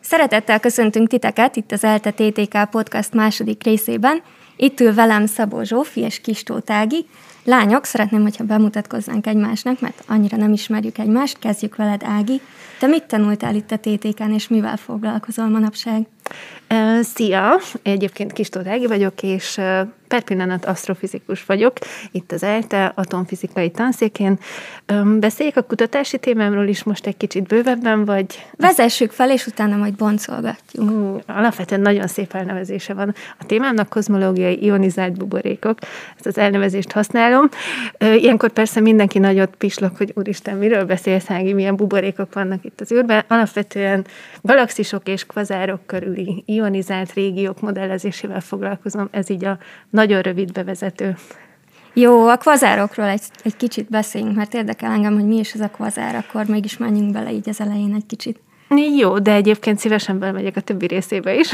Szeretettel köszöntünk titeket itt az ELTE TTK Podcast második részében. Itt ül velem Szabó Zsófi és Kistóth Ági. Lányok, szeretném, hogyha bemutatkoznánk egymásnak, mert annyira nem ismerjük egymást. Kezdjük veled, Ági. Te mit tanultál itt a TTK-n, és mivel foglalkozol manapság? Szia! Egyébként Kistóth Ági vagyok, és per pillanat asztrofizikus vagyok, itt az ELTE atomfizikai tanszékén. Beszéljek a kutatási témámról is most egy kicsit bővebben, vagy... Vezessük fel, és utána majd boncolgatjuk. Alapvetően nagyon szép elnevezése van. A témámnak kozmológiai ionizált buborékok, ezt az elnevezést használom. Ilyenkor persze mindenki nagyot pislog, hogy úristen, miről beszélsz, Ági, milyen buborékok vannak itt az űrben. Alapvetően galaxisok és kvazárok körüli ionizált régiók modellezésével foglalkozom. Ez így a nagyon rövid bevezető. Jó, a kvazárokról egy kicsit beszéljünk, mert érdekel engem, hogy mi is ez a kvazár, akkor mégis menjünk bele így az elején egy kicsit. Jó, de egyébként szívesen belemegyek a többi részébe is.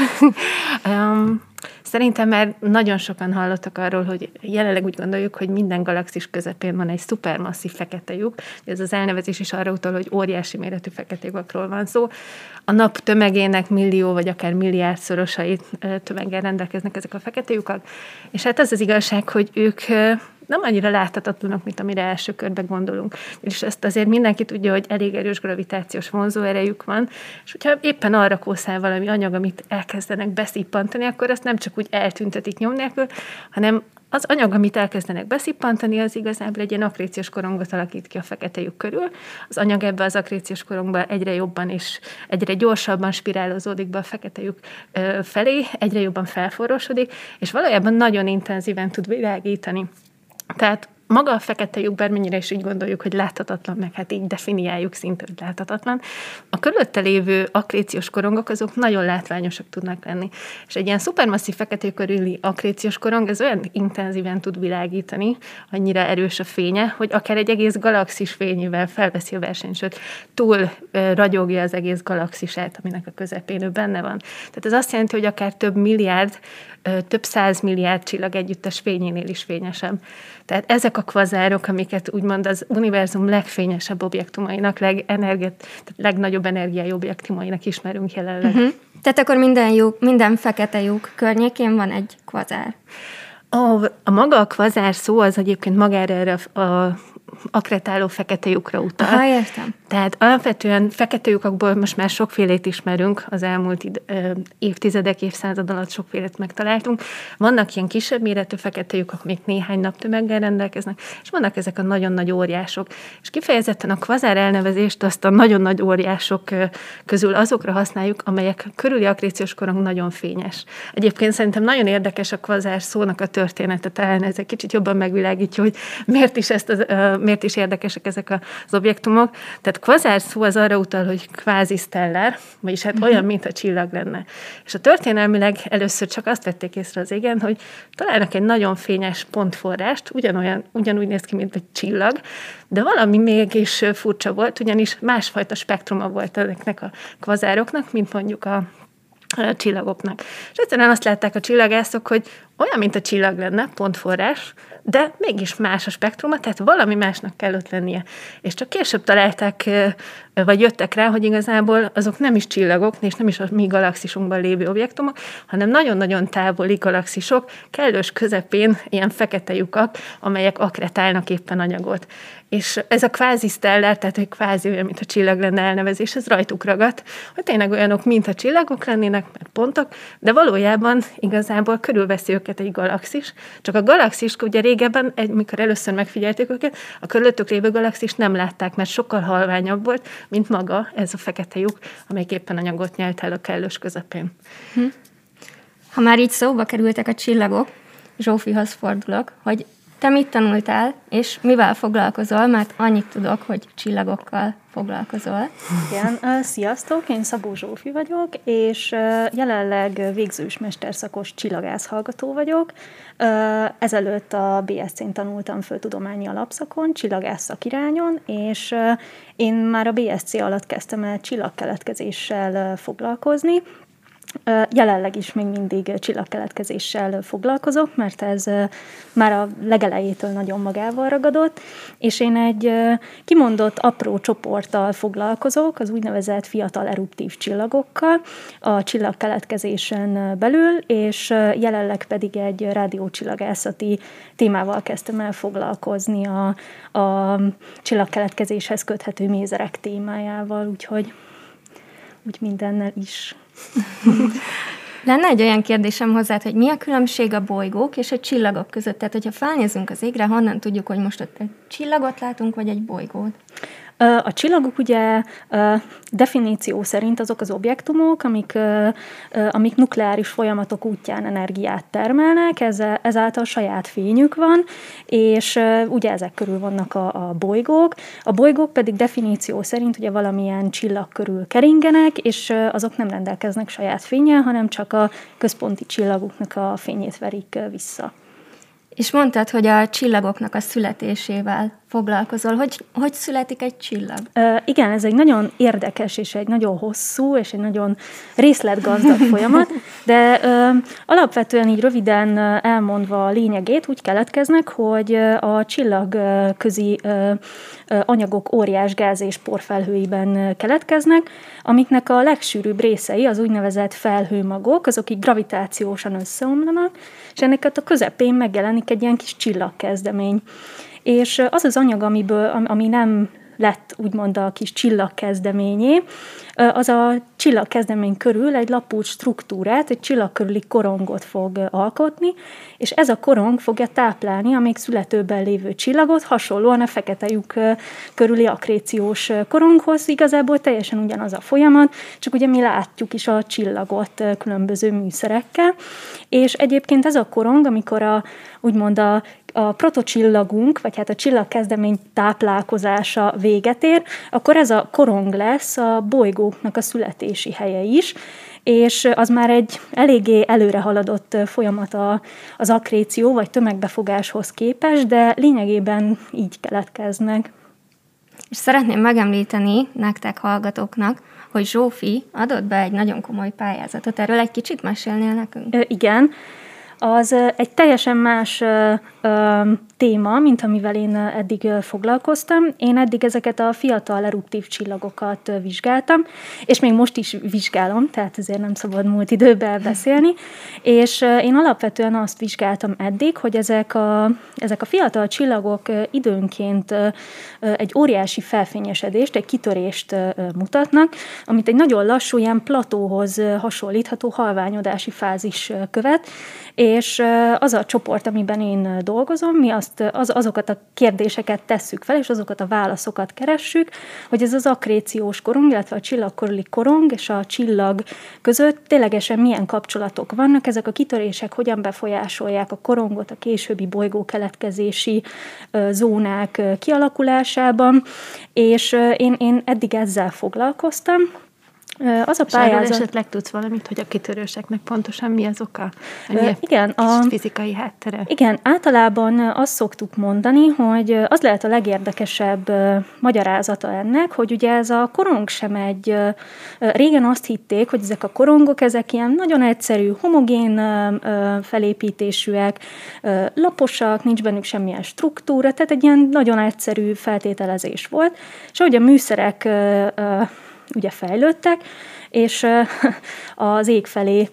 Szerintem már nagyon sokan hallottak arról, hogy jelenleg úgy gondoljuk, hogy minden galaxis közepén van egy szupermasszív fekete lyuk. Ez az elnevezés is arra utal, hogy óriási méretű fekete lyukakról van szó. A nap tömegének millió vagy akár milliárdszorosai tömeggel rendelkeznek ezek a fekete lyukak. És hát az az igazság, hogy ők nem annyira láthatatlanak, mint amire első körben gondolunk. És ezt azért mindenki tudja, hogy elég erős gravitációs vonzóerejük van, és hogyha éppen arra kószál valami anyag, amit elkezdenek beszippantani, akkor azt nem csak úgy eltüntetik nyom nélkül, hanem az anyag, amit elkezdenek beszippantani, az igazából egy ilyen akréciós korongot alakít ki a fekete lyuk körül. Az anyag ebbe az akréciós korongba egyre jobban és egyre gyorsabban spirálozódik be a fekete lyuk felé, egyre jobban felforrósodik, és valójában nagyon intenzíven tud világítani. Tehát maga a fekete lyuk, bármennyire is úgy gondoljuk, hogy láthatatlan, meg hát így definiáljuk szinte, hogy láthatatlan, a körülötte lévő akréciós korongok azok nagyon látványosak tudnak lenni. És egy ilyen szupermasszív fekete lyuk körüli akréciós korong, ez olyan intenzíven tud világítani, annyira erős a fénye, hogy akár egy egész galaxis fényével felveszi a versenyt, sőt, túl ragyogja az egész galaxisát, aminek a közepén ő benne van. Tehát ez azt jelenti, hogy akár több milliárd, több 100 milliárd csillag együttes fényénél is fényesebb. Tehát ezek a kvazárok, amiket úgymond az univerzum legfényesebb objektumainak, legnagyobb energiájú objektumainak ismerünk jelenleg. Uh-huh. Tehát akkor minden fekete lyuk környékén van egy kvazár. A maga a kvazár szó az egyébként magára erre a akretáló fekete lyukra utal. Aha, értem. Tehát alapvetően fekete lyukakból most már sokfélét ismerünk, az elmúlt évtizedek, évszázad alatt sokfélét megtaláltunk. Vannak ilyen kisebb méretű fekete lyukak, amik néhány naptömeggel rendelkeznek, és vannak ezek a nagyon nagy óriások. És kifejezetten a kvazár elnevezést azt a nagyon nagy óriások közül azokra használjuk, amelyek körüli akréciós korong nagyon fényes. Egyébként szerintem nagyon érdekes a kvazár szónak a története, talán ez egy kicsit jobban megvilágítja, hogy miért is érdekesek ezek az objektumok. Tehát kvazár szó az arra utal, hogy kvázi stellár, vagyis hát olyan, mint a csillag lenne. És a történelmileg először csak azt vették észre az égen, hogy találnak egy nagyon fényes pontforrást, ugyanúgy néz ki, mint egy csillag, de valami mégis furcsa volt, ugyanis másfajta spektruma volt ezeknek a kvazároknak, mint mondjuk a csillagoknak. És egyszerűen azt látták a csillagászok, hogy olyan, mint a csillag lenne, pontforrás, de mégis más a spektruma, tehát valami másnak kell ott lennie. És csak később találták, vagy jöttek rá, hogy igazából azok nem is csillagok, és nem is a mi galaxisunkban lévő objektumok, hanem nagyon-nagyon távoli galaxisok, kellős közepén ilyen fekete lyukak, amelyek akretálnak éppen anyagot. És ez a kvázi stellár, tehát hogy kvázi olyan, mint a csillag lenne elnevezés, ez rajtuk ragadt, hogy tényleg olyanok, mint a csillagok lennének, meg pontok, de valójában igazából körülveszi őket egy galaxis, csak a galaxis, ugye régebben, amikor először megfigyelték őket, a körülöttük lévő galaxis nem látták, mert sokkal halványabb volt, mint maga ez a fekete lyuk, amelyik éppen anyagot nyelt el a kellős közepén. Ha már így szóba kerültek a csillagok, Zsófihoz fordulok, hogy te mit tanultál, és mivel foglalkozol, mert annyit tudok, hogy csillagokkal foglalkozol. Igen, sziasztok, én Szabó Zsófi vagyok, és jelenleg végzős mesterszakos csillagászhallgató vagyok. Ezelőtt a BSc-n tanultam földtudományi alapszakon, csillagász szakirányon, és én már a BSc alatt kezdtem el csillagkeletkezéssel foglalkozni, Jelenleg is még mindig csillagkeletkezéssel foglalkozok, mert ez már a legelejétől nagyon magával ragadott, és én egy kimondott apró csoporttal foglalkozok, az úgynevezett fiatal eruptív csillagokkal a csillagkeletkezésen belül, és jelenleg pedig egy rádiócsillagászati témával kezdtem el foglalkozni a csillagkeletkezéshez köthető mézerek témájával, úgyhogy úgy mindennel is. Lenne egy olyan kérdésem hozzád, hogy mi a különbség a bolygók és a csillagok között? Tehát, hogyha felnézünk az égre, honnan tudjuk, hogy most ott egy csillagot látunk, vagy egy bolygót? A csillagok ugye definíció szerint azok az objektumok, amik nukleáris folyamatok útján energiát termelnek, ezáltal saját fényük van, és ugye ezek körül vannak a bolygók. A bolygók pedig definíció szerint ugye valamilyen csillag körül keringenek, és azok nem rendelkeznek saját fénnyel, hanem csak a központi csillaguknak a fényét verik vissza. És mondtad, hogy a csillagoknak a születésével foglalkozol. Hogy születik egy csillag? Igen, ez egy nagyon érdekes, és egy nagyon hosszú, és egy nagyon részletgazdag folyamat, de alapvetően így röviden elmondva a lényegét úgy keletkeznek, hogy a csillagközi anyagok óriás gáz- és porfelhőiben keletkeznek, amiknek a legsűrűbb részei az úgynevezett felhőmagok, azok így gravitációsan összeomlanak, és ennek a közepén megjelenik egy ilyen kis csillagkezdemény. És az az anyag, ami nem lett úgymond a kis csillagkezdeményé, az a csillagkezdemény körül egy lapult struktúrát, egy csillag körüli korongot fog alkotni, és ez a korong fogja táplálni a még születőben lévő csillagot, hasonlóan a fekete lyuk körüli akréciós koronghoz, igazából teljesen ugyanaz a folyamat, csak ugye mi látjuk is a csillagot különböző műszerekkel, és egyébként ez a korong, amikor úgymond a protocsillagunk, vagy hát a csillagkezdemény táplálkozása véget ér, akkor ez a korong lesz a bolygóknak a születési helye is, és az már egy eléggé előre haladott folyamat az akréció vagy tömegbefogáshoz képest, de lényegében így keletkeznek. És szeretném megemlíteni nektek, hallgatóknak, hogy Zsófi adott be egy nagyon komoly pályázatot. Erről egy kicsit mesélnél nekünk? Igen. Az egy teljesen más téma, mint amivel én eddig foglalkoztam. Én eddig ezeket a fiatal eruptív csillagokat vizsgáltam, és még most is vizsgálom, tehát ezért nem szabad múlt időben beszélni. És én alapvetően azt vizsgáltam eddig, hogy ezek a fiatal csillagok időnként egy óriási felfényesedést, egy kitörést mutatnak, amit egy nagyon lassú, ilyen platóhoz hasonlítható halványodási fázis követ, és az a csoport, amiben én dolgozom, mi azokat a kérdéseket tesszük fel, és azokat a válaszokat keressük, hogy ez az akréciós korong, illetve a csillag körüli korong és a csillag között ténylegesen milyen kapcsolatok vannak, ezek a kitörések hogyan befolyásolják a korongot a későbbi bolygókeletkezési zónák kialakulásában, és én eddig ezzel foglalkoztam. Az a pályázat... esetleg tudsz valamit, hogy a kitörőseknek pontosan mi az oka? Igen, fizikai háttere. Igen, általában azt szoktuk mondani, hogy az lehet a legérdekesebb magyarázata ennek, hogy ugye ez a korong sem egy... Régen azt hitték, hogy ezek a korongok, ezek ilyen nagyon egyszerű, homogén felépítésűek, laposak, nincs bennük semmilyen struktúra, tehát egy ilyen nagyon egyszerű feltételezés volt, és ahogy a műszerek ugye fejlődtek, és az ég felé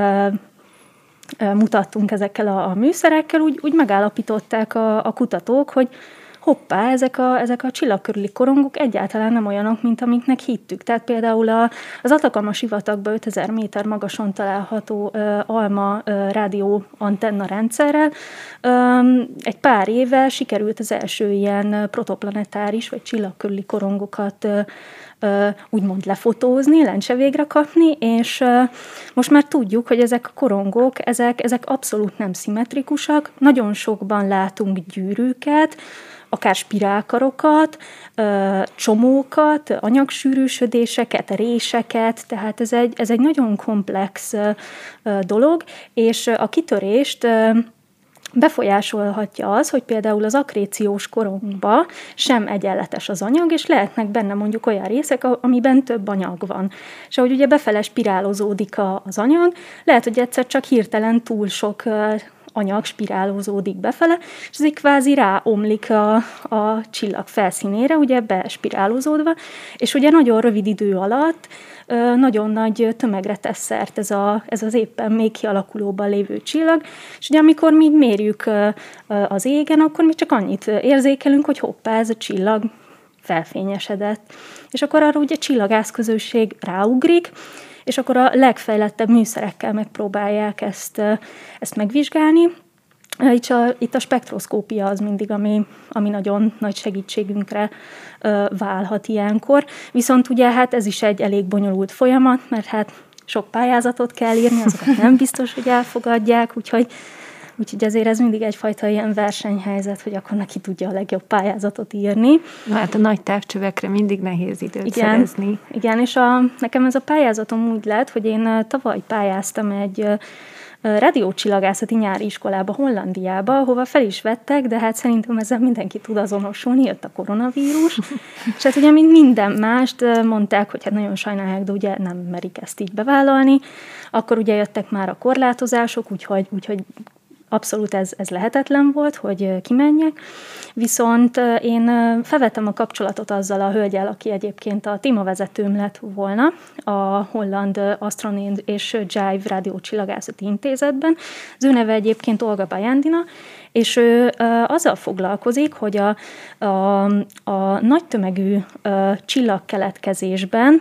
mutattunk ezekkel a műszerekkel, úgy megállapították a kutatók, hogy hoppá, ezek a csillag körüli korongok egyáltalán nem olyanok, mint amiknek hittük. Tehát például az Atacama sivatagban 5000 méter magason található ALMA rádió antenna rendszerrel egy pár éve sikerült az első ilyen protoplanetáris vagy csillag körüli korongokat úgymond lefotózni, lencsevégre kapni, és most már tudjuk, hogy ezek a korongok, ezek abszolút nem szimmetrikusak, nagyon sokban látunk gyűrűket, akár spirálkarokat, csomókat, anyagsűrűsödéseket, réseket, tehát ez egy nagyon komplex dolog, és a kitörést befolyásolhatja az, hogy például az akréciós korunkban sem egyenletes az anyag, és lehetnek benne mondjuk olyan részek, amiben több anyag van. És ahogy ugye befele spirálozódik az anyag, lehet, hogy egyszer csak hirtelen túl sok anyag spirálozódik befele, és ez így kvázi ráomlik a csillag felszínére, ugye bespirálozódva, és ugye nagyon rövid idő alatt nagyon nagy tömegre tesz szert ez az éppen még kialakulóban lévő csillag, és ugye amikor mi mérjük az égen, akkor mi csak annyit érzékelünk, hogy hoppá, ez a csillag felfényesedett. És akkor arra ugye csillagászközösség ráugrik, és akkor a legfejlettebb műszerekkel megpróbálják ezt megvizsgálni. Itt a spektroszkópia az mindig, ami nagyon nagy segítségünkre válhat ilyenkor. Viszont ugye hát ez is egy elég bonyolult folyamat, mert hát sok pályázatot kell írni, azokat nem biztos, hogy elfogadják, úgyhogy azért ez mindig egyfajta ilyen versenyhelyzet, hogy akkor neki tudja a legjobb pályázatot írni. Na hát a nagy távcsövekre mindig nehéz időt szerezni. Igen, és nekem ez a pályázatom úgy lett, hogy én tavaly pályáztam egy rádiócsillagászati nyári iskolába, Hollandiába, ahova fel is vettek, de hát szerintem ezzel mindenki tud azonosulni, jött a koronavírus. És hát ugye, mint minden mást, mondták, hogy hát nagyon sajnálják, de ugye nem merik ezt így bevállalni. Akkor ugye jöttek már a korlátozások, úgyhogy abszolút ez lehetetlen volt, hogy kimenjek. Viszont én felvettem a kapcsolatot azzal a hölgyel, aki egyébként a témavezetőm lett volna a Holland Astronaut és Jive Rádiócsillagászati Intézetben. Az ő neve egyébként Olga Bajandina, és ő azzal foglalkozik, hogy a nagy tömegű csillagkeletkezésben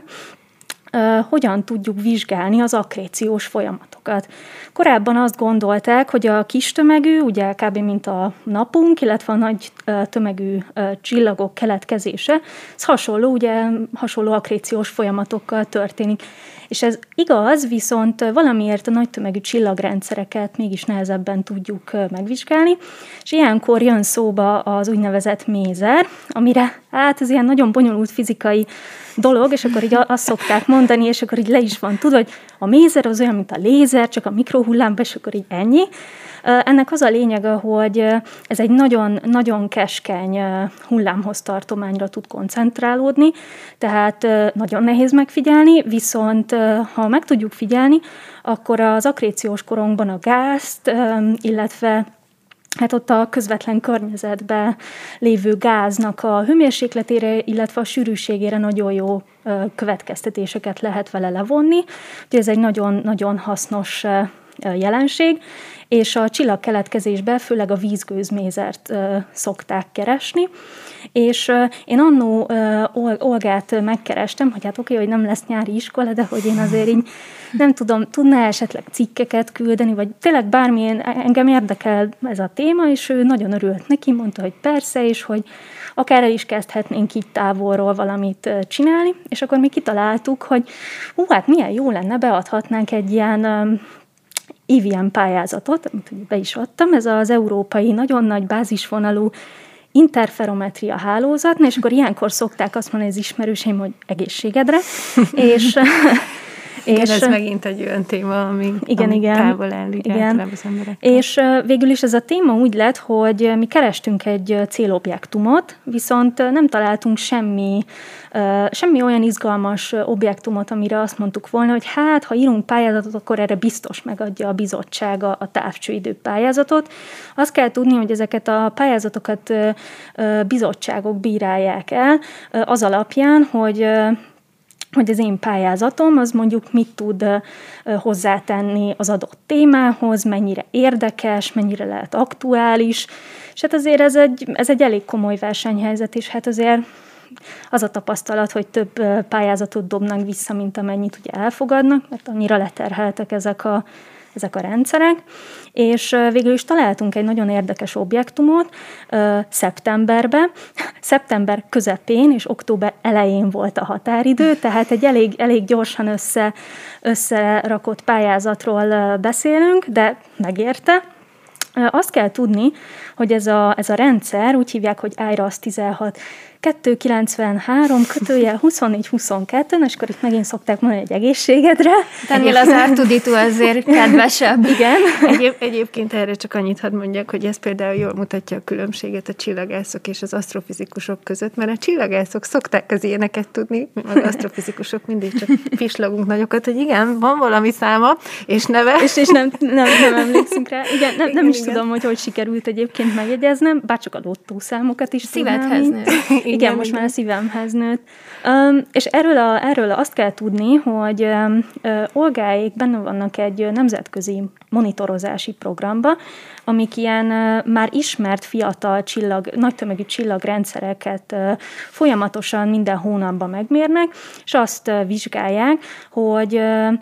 hogyan tudjuk vizsgálni az akréciós folyamatokat. Korábban azt gondolták, hogy a kis tömegű, ugye kb. Mint a napunk, illetve a nagy tömegű csillagok keletkezése, ez hasonló akréciós folyamatokkal történik. És ez igaz, viszont valamiért a nagy tömegű csillagrendszereket mégis nehezebben tudjuk megvizsgálni, és ilyenkor jön szóba az úgynevezett mézer, amire ez ilyen nagyon bonyolult fizikai dolog, és akkor így azt szokták mondani, és akkor így le is van tudva, hogy a mézer az olyan, mint a lézer, csak a mikrohullámban, és akkor így ennyi. Ennek az a lényege, hogy ez egy nagyon, nagyon keskeny hullámhoztartományra tud koncentrálódni, tehát nagyon nehéz megfigyelni, viszont ha meg tudjuk figyelni, akkor az akréciós korunkban a gázt, illetve hát ott a közvetlen környezetben lévő gáznak a hőmérsékletére, illetve a sűrűségére nagyon jó következtetéseket lehet vele levonni. Úgyhogy ez egy nagyon-nagyon hasznos jelenség, és a csillagkeletkezésben főleg a vízgőzmézert szokták keresni, és én annó Olgát megkerestem, hogy hát oké, hogy nem lesz nyári iskola, de hogy én azért így nem tudom, tudná esetleg cikkeket küldeni, vagy tényleg bármilyen, engem érdekel ez a téma, és ő nagyon örült neki, mondta, hogy persze, és hogy akár el is kezdhetnénk itt távolról valamit csinálni, és akkor mi kitaláltuk, hogy hát milyen jó lenne, beadhatnánk egy ilyen IVM pályázatot, amit be is adtam, ez az európai nagyon nagy bázisvonalú interferometria hálózat, és akkor ilyenkor szokták azt mondani az ismerőseim, hogy egészségedre, és ez megint egy olyan téma, ami távol áll általában az emberek. És végül is ez a téma úgy lett, hogy mi kerestünk egy célobjektumot, viszont nem találtunk semmi olyan izgalmas objektumot, amire azt mondtuk volna, hogy hát, ha írunk pályázatot, akkor erre biztos megadja a bizottság a távcsőidő pályázatot. Azt kell tudni, hogy ezeket a pályázatokat bizottságok bírálják el az alapján, hogy az én pályázatom, az mondjuk mit tud hozzátenni az adott témához, mennyire érdekes, mennyire lehet aktuális, és hát azért ez egy elég komoly versenyhelyzet, és hát azért az a tapasztalat, hogy több pályázatot dobnak vissza, mint amennyit ugye elfogadnak, mert annyira leterheltek ezek a rendszerek, és végül is találtunk egy nagyon érdekes objektumot szeptemberben. Szeptember közepén és október elején volt a határidő, tehát egy elég gyorsan összerakott pályázatról beszélünk, de megérte. Azt kell tudni, hogy ez a rendszer, úgy hívják, hogy IRAS 16 293 kötőjel 24-22, és akkor itt megint szokták mondani, egy egészségedre. Ennél az R2D2 azért kedvesebb. Igen. Egyébként erre csak annyit hadd mondjak, hogy ez például jól mutatja a különbséget a csillagászok és az asztrofizikusok között, mert a csillagászok szokták az ilyeneket tudni, meg az asztrofizikusok mindig csak pislogunk nagyokat, hogy igen, van valami száma, és neve. És nem emlékszünk rá. Igen, nem is tudom, hogy sikerült egyébként megjegyeznem, bárcsak a lottószámokat is szívedhez nőtt. Igen, most már a szívemhez nőtt. És erről azt kell tudni, hogy Olgáék benne vannak egy nemzetközi monitorozási programba, amik ilyen már ismert fiatal nagytömegű csillagrendszereket folyamatosan minden hónapban megmérnek, és azt vizsgálják, hogy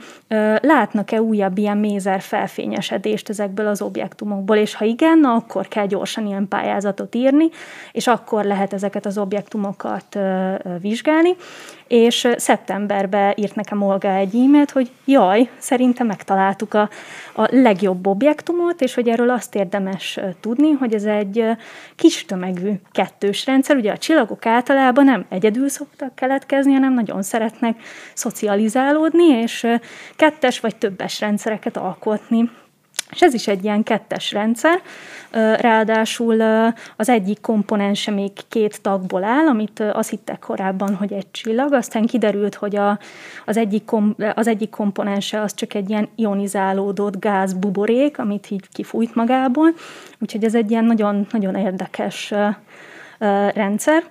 látnak-e újabb ilyen mézer felfényesedést ezekből az objektumokból, és ha igen, akkor kell gyorsan ilyen pályázatot írni, és akkor lehet ezeket az objektumokat vizsgálni, és szeptemberben írt nekem Olga egy e-mailt, hogy jaj, szerintem megtaláltuk a legjobb objektumot, és hogy erről azt érdemes tudni, hogy ez egy kis tömegű kettős rendszer. Ugye a csillagok általában nem egyedül szoktak keletkezni, hanem nagyon szeretnek szocializálódni, és kettes vagy többes rendszereket alkotni. És ez is egy ilyen kettes rendszer, ráadásul az egyik komponense még 2 tagból áll, amit azt hittek korábban, hogy egy csillag, aztán kiderült, hogy az egyik komponense az csak egy ilyen ionizálódott gázbuborék, amit így kifújt magából, úgyhogy ez egy ilyen nagyon, nagyon érdekes rendszer.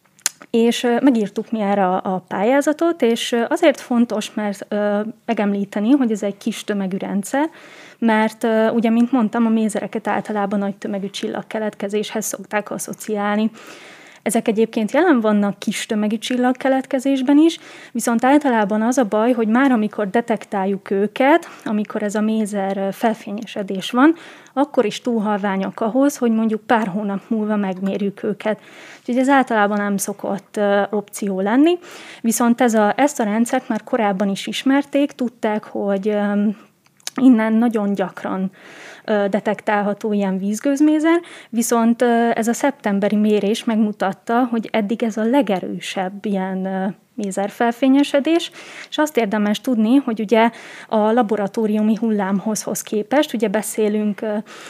És megírtuk mi erre a pályázatot, és azért fontos, mert megemlíteni, hogy ez egy kis tömegű rendszer, mert ugye, mint mondtam, a mézereket általában nagy tömegű csillagkeletkezéshez szokták asszociálni. Ezek egyébként jelen vannak kis tömegű csillagkeletkezésben is, viszont általában az a baj, hogy már amikor detektáljuk őket, amikor ez a mézer felfényesedés van, akkor is túl halványak ahhoz, hogy mondjuk pár hónap múlva megmérjük őket. Úgyhogy ez általában nem szokott opció lenni, viszont ezt a rendszert már korábban is ismerték, tudták, hogy innen nagyon gyakran detektálható ilyen vízgőzmézer, viszont ez a szeptemberi mérés megmutatta, hogy eddig ez a legerősebb ilyen mézerfelfényesedés, és azt érdemes tudni, hogy ugye a laboratóriumi hullámhozhoz képest, ugye beszélünk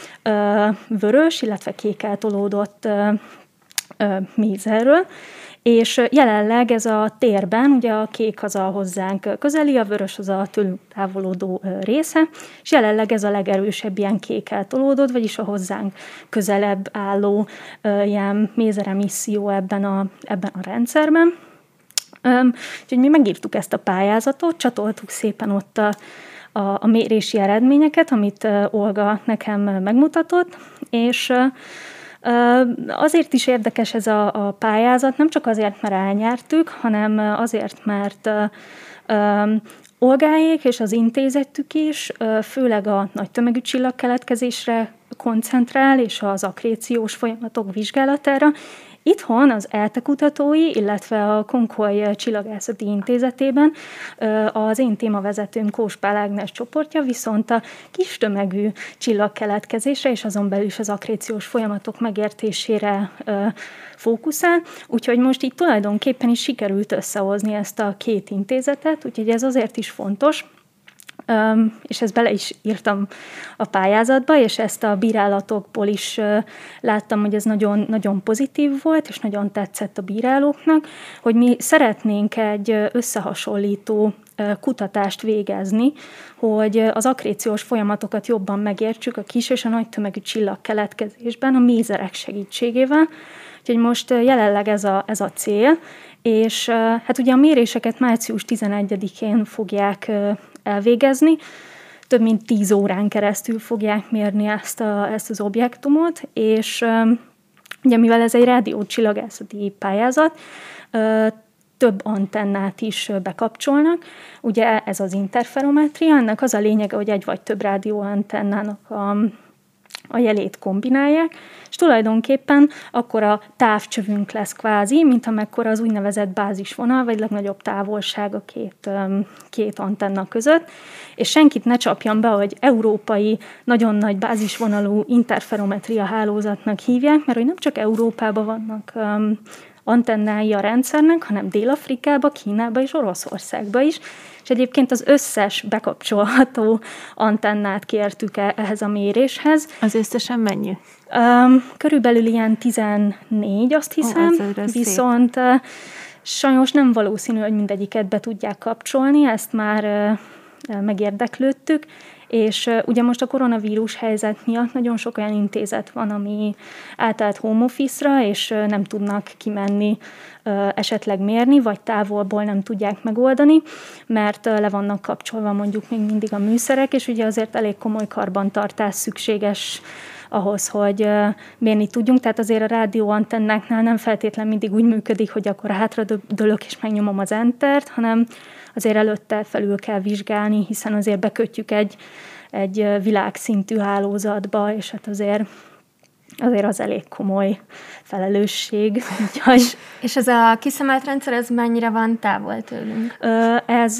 vörös, illetve kék eltolódott mézerről, és jelenleg ez a térben, ugye a kék az a hozzánk közeli, a vörös az a tőlünk távolodó része, és jelenleg ez a legerősebb ilyen kék eltolódott, vagyis a hozzánk közelebb álló ilyen mézeremisszió ebben a rendszerben. Úgyhogy mi megírtuk ezt a pályázatot, csatoltuk szépen ott a mérési eredményeket, amit Olga nekem megmutatott, és azért is érdekes ez a pályázat, nem csak azért, mert elnyertük, hanem azért, mert Olgáék és az intézetük is főleg a nagy tömegű csillagkeletkezésre koncentrál, és az akréciós folyamatok vizsgálatára. Itthon az ELTE kutatói, illetve a Konkoly Csillagászati Intézetében az én témavezetőm Kós Pál Ágnes csoportja viszont a kis tömegű csillagkeletkezésre és azon belül is az akréciós folyamatok megértésére fókuszál, úgyhogy most így tulajdonképpen is sikerült összehozni ezt a 2 intézetet, úgyhogy ez azért is fontos, és ezt bele is írtam a pályázatba, és ezt a bírálatokból is láttam, hogy ez nagyon, nagyon pozitív volt, és nagyon tetszett a bírálóknak, hogy mi szeretnénk egy összehasonlító kutatást végezni, hogy az akréciós folyamatokat jobban megértsük a kis és a nagy tömegű csillagkeletkezésben a mézerek segítségével. Úgyhogy most jelenleg ez a cél, és hát ugye a méréseket március 11-én fogják elvégezni, több mint 10 órán keresztül fogják mérni ezt az objektumot, és ugye mivel ez egy rádiócsillagászati pályázat, több antennát is bekapcsolnak. Ugye ez az interferometria, ennek az a lényege, hogy egy vagy több rádióantennának a jelét kombinálják, és tulajdonképpen akkor a távcsövünk lesz kvázi, mint amekkora az úgynevezett bázisvonal, vagy legnagyobb távolság a két antenna között, és senkit ne csapjon be, hogy európai, nagyon nagy bázisvonalú interferometria hálózatnak hívják, mert hogy nem csak Európában vannak antennái a rendszernek, hanem Dél-Afrikába, Kínába és Oroszországba is, és egyébként az összes bekapcsolható antennát kértük ehhez a méréshez. Az összesen mennyi? Körülbelül ilyen 14, azt hiszem, viszont sajnos nem valószínű, hogy mindegyiket be tudják kapcsolni, ezt már megérdeklődtük, és ugye most a koronavírus helyzet miatt nagyon sok olyan intézet van, ami átállt home office-ra, és nem tudnak kimenni esetleg mérni, vagy távolból nem tudják megoldani, mert le vannak kapcsolva mondjuk még mindig a műszerek, és ugye azért elég komoly karbantartás szükséges ahhoz, hogy mérni tudjunk. Tehát azért a rádióantennáknál nem feltétlen mindig úgy működik, hogy akkor hátra dőlök és megnyomom az Entert, hanem azért előtte felül kell vizsgálni, hiszen azért bekötjük egy világszintű hálózatba, és hát azért az elég komoly felelősség. És ez a kiszemelt rendszer, ez mennyire van távol tőlünk? Ez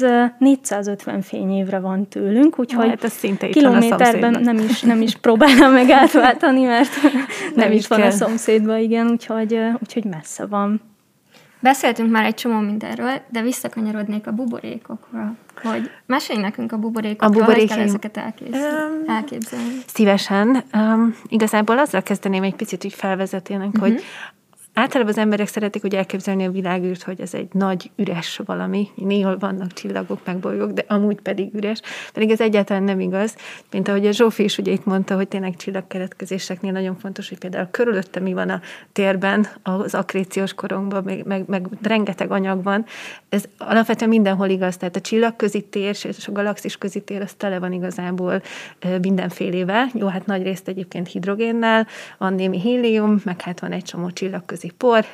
450 fényévre van tőlünk, úgyhogy hát ez szinte kilométerben nem is próbálnám meg átváltani, mert nem is van a szomszédban, igen, úgyhogy messze van. Beszéltünk már egy csomó mindenről, de visszakanyarodnék a buborékokra, hogy mesélj nekünk a buborékokról, hogy kell ezeket elképzelni. Szívesen. Igazából azzal kezdeném egy picit így felvezetőnek, hogy általában az emberek szeretik úgy elképzelni a világűrt, hogy ez egy nagy, üres valami. Néhol vannak csillagok, meg bolygók, de amúgy pedig üres. Pedig ez egyáltalán nem igaz. Mint ahogy a Zsófi is ugye itt mondta, hogy tényleg csillagkeletkezéseknél nagyon fontos, hogy például körülötte mi van a térben, az akréciós korunkban, meg rengeteg anyag van. Ez alapvetően mindenhol igaz. Tehát a csillagközi tér és a galaxis közi tér az tele van igazából mindenfélével. Jó, hát nagy részt egyébként hidrogénnel, van némi hélium, meg hát van egy csomó csillagközi por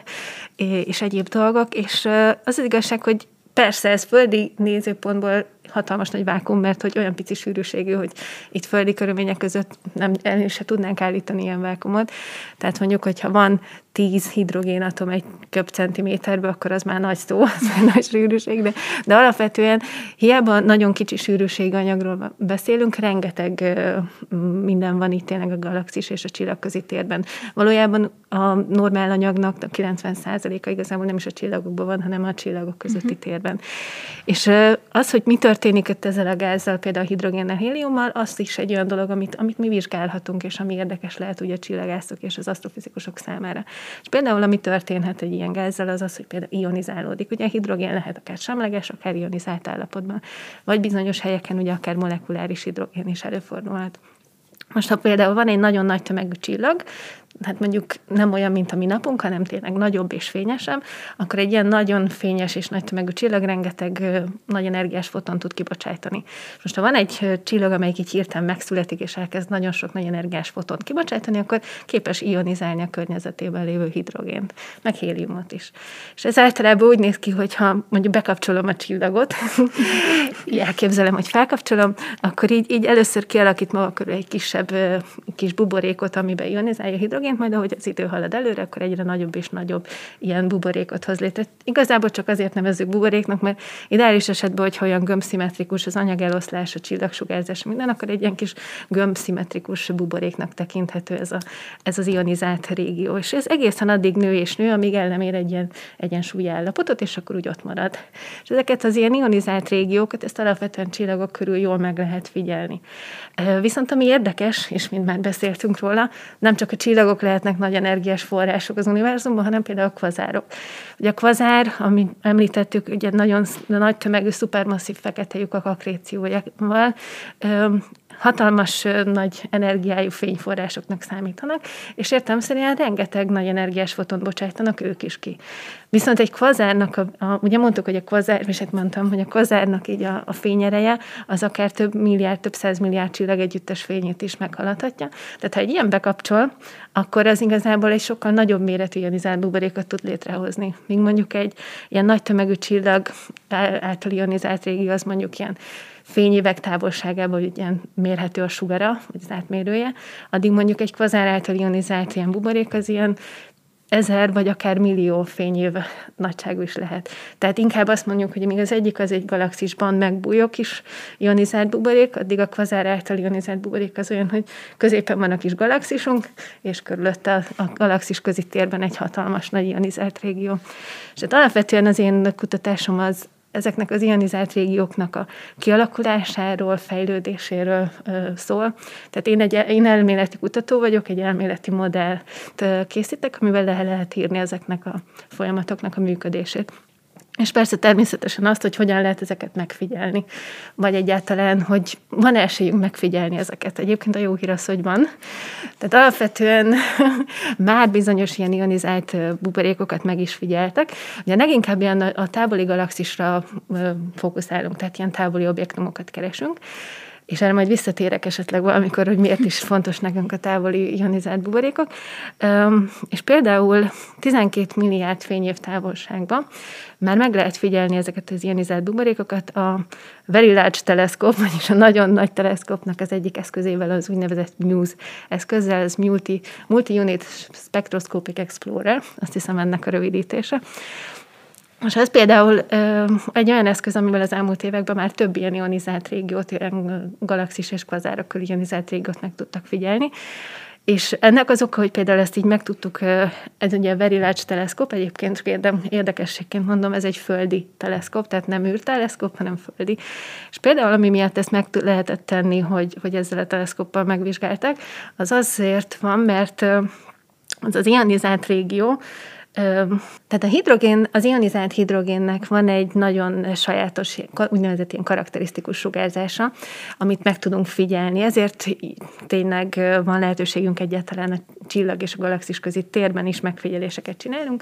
és egyéb dolgok, és az igazság, hogy persze ez földi nézőpontból hatalmas nagy vákum, mert hogy olyan pici sűrűségű, hogy itt földi körülmények között elő se tudnánk állítani ilyen vákumot. Tehát mondjuk, hogyha van 10 hidrogénatom egy köbcentiméterbe, akkor az már nagy szó, az már nagy sűrűség, de alapvetően hiába nagyon kicsi sűrűségű anyagról beszélünk, rengeteg minden van itt tényleg a galaxis és a csillagközi térben. Valójában a normál anyagnak a 90%-a igazából nem is a csillagokban van, hanem a csillagok közötti térben. És az, hogy mi történik itt ezzel a gázzal, például a hidrogénnel, héliummal, az is egy olyan dolog, amit mi vizsgálhatunk, és ami érdekes lehet ugye a csillagászok és az asztrofizikusok számára. És például, ami történhet egy ilyen gázzal, az, hogy például ionizálódik. Ugye a hidrogén lehet akár semleges, akár ionizált állapotban, vagy bizonyos helyeken ugye akár molekuláris hidrogén is előfordulhat. Most, ha például van egy nagyon nagy tömegű csillag, hát mondjuk nem olyan, mint a mi napunk, hanem tényleg nagyobb és fényesebb, akkor egy ilyen nagyon fényes és nagy tömegű csillag rengeteg nagy energiás fotont tud kibocsátani. Most, ha van egy csillag, amelyik így hirtelen megszületik, és elkezd nagyon sok nagy energiás fotont kibocsátani, akkor képes ionizálni a környezetében lévő hidrogént, meg héliumot is. És ez általában úgy néz ki, hogyha mondjuk bekapcsolom a csillagot, elképzelem, hogy felkapcsolom, akkor így először kialakít maga körül egy kisebb kis buborékot, amiben ionizálja a hidrogént, majd ahogy az idő halad előre, akkor egyre nagyobb és nagyobb ilyen buborékot hoz létre. Igazából csak azért nevezzük buboréknak, mert ideális esetben, hogyha olyan gömbszimmetrikus az anyageloszlás, a csillagsugárzás, minden, akkor egy ilyen kis gömbszimmetrikus buboréknak tekinthető ez az ionizált régió. És ez egészen addig nő és nő, amíg el nem ér egy ilyen egyensúlyi állapotot, és akkor úgy ott marad. És ezeket az ilyen ionizált régiókat, ezt alapvetően csillagok körül jól meg lehet figyelni. Viszont ami érdekes, és mind már beszéltünk róla, nem csak a csillagok lehetnek nagy energiás források az univerzumban, hanem például a kvazárok. Ugye a kvazár, amit említettük, ugye nagyon nagy tömegű szupermasszív fekete lyukak akréciójával hatalmas nagy energiájú fényforrásoknak számítanak, és értelemszerűen rengeteg nagy energiás fotont bocsájtanak ők is ki. Viszont egy kvazárnak, ugye mondtuk, hogy a kvazár, és hát mondtam, hogy a kvazárnak így a fényereje, az akár több milliárd, több százmilliárd csillag együttes fényét is meghaladhatja. Tehát ha egy ilyen bekapcsol, akkor az igazából egy sokkal nagyobb méretű ionizált buborékot tud létrehozni. Míg mondjuk egy ilyen nagy tömegű csillag által ionizált régió, az mondjuk ilyen fényévek távolságában ugye mérhető a sugara, vagy az átmérője, addig mondjuk egy kvazár által ionizált ilyen buborék az ilyen 1000 vagy akár millió fényév nagyságú is lehet. Tehát inkább azt mondjuk, hogy amíg az egyik az egy galaxisban megbújó kis ionizált buborék, addig a kvazár által ionizált buborék az olyan, hogy középen van a kis galaxisunk, és körülötte a galaxis közi térben egy hatalmas nagy ionizált régió. És hát alapvetően az én kutatásom az ezeknek az ionizált régióknak a kialakulásáról, fejlődéséről szól. Tehát én elméleti kutató vagyok, egy elméleti modellt készítek, amivel lehet írni ezeknek a folyamatoknak a működését. És persze természetesen azt, hogy hogyan lehet ezeket megfigyelni, vagy egyáltalán, hogy van esélyünk megfigyelni ezeket. Egyébként a jó hír az, hogy van. Tehát alapvetően már bizonyos ilyen ionizált buborékokat meg is figyeltek. Ugye leginkább ilyen a távoli galaxisra fókuszálunk, tehát ilyen távoli objektumokat keresünk, és erre majd visszatérek esetleg valamikor, hogy miért is fontos nekünk a távoli ionizált buborékok. És például 12 milliárd fényév távolságban már meg lehet figyelni ezeket az ionizált buborékokat a Very Large Telescope, vagyis a nagyon nagy teleszkópnak az egyik eszközével, az úgynevezett MUSE eszközzel, ez Multi-Unit Spectroscopic Explorer, azt hiszem ennek a rövidítése. Most ez például egy olyan eszköz, amivel az elmúlt években már több ilyen ionizált régiót, ilyen galaxis és kvazárok körül ionizált régiót meg tudtak figyelni. És ennek az oka, hogy például ezt így meg tudtuk, ez ugye a Very Large Telescope, egyébként érdekességként mondom, ez egy földi teleszkóp, tehát nem űrteleszkóp, hanem földi. És például, ami miatt ezt meg lehetett tenni, hogy ezzel a teleszkóppal megvizsgálták, az azért van, mert az ionizált régió, tehát az ionizált hidrogénnek van egy nagyon sajátos, úgynevezett ilyen karakterisztikus sugárzása, amit meg tudunk figyelni. Ezért tényleg van lehetőségünk egyáltalán a csillag és a galaxis közé térben is megfigyeléseket csinálunk.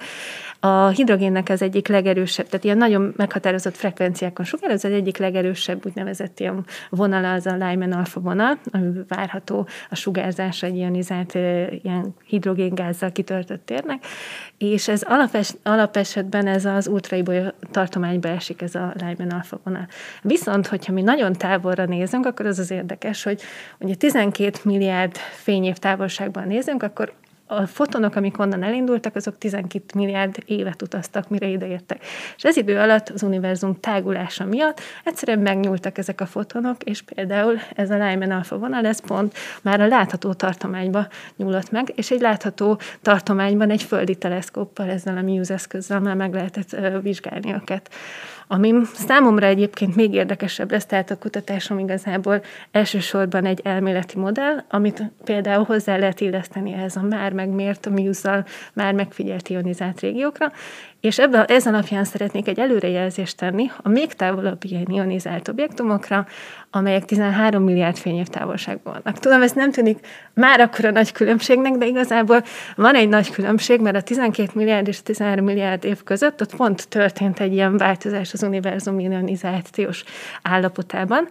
A hidrogénnek az egyik legerősebb, tehát ilyen nagyon meghatározott frekvenciákon sugároz, az egyik legerősebb úgynevezett ilyen vonala az a Lyman alfa vonal, ami várható a sugárzása egy ionizált ilyen hidrogéngázzal kitöltött térnek, és ez alapesetben ez az ultraibolya tartományba esik, ez a Lyman alfa vonal. Viszont, hogyha mi nagyon távolra nézünk, akkor az érdekes, hogy ugye 12 milliárd fényév távolságban nézünk, akkor a fotonok, amik onnan elindultak, azok 12 milliárd évet utaztak, mire ideértek. És ez idő alatt az univerzum tágulása miatt egyszerűen megnyúltak ezek a fotonok, és például ez a Lyman alfa vonal, ez pont már a látható tartományba nyúlott meg, és egy látható tartományban egy földi teleszkóppal, ezzel a MUSE eszközzel már meg lehetett vizsgálni őket. Ami számomra egyébként még érdekesebb lesz, tehát a kutatásom igazából elsősorban egy elméleti modell, amit például hozzá lehet illeszteni ehhez a már megmért, a MUSE-zal már megfigyelt ionizált régiókra, és ez alapján szeretnék egy előrejelzést tenni a még távolabb ilyen ionizált objektumokra, amelyek 13 milliárd fényév távolságban vannak. Tudom, ez nem tűnik már akkora nagy különbségnek, de igazából van egy nagy különbség, mert a 12 milliárd és 13 milliárd év között ott pont történt egy ilyen változás az univerzum ionizációs állapotában,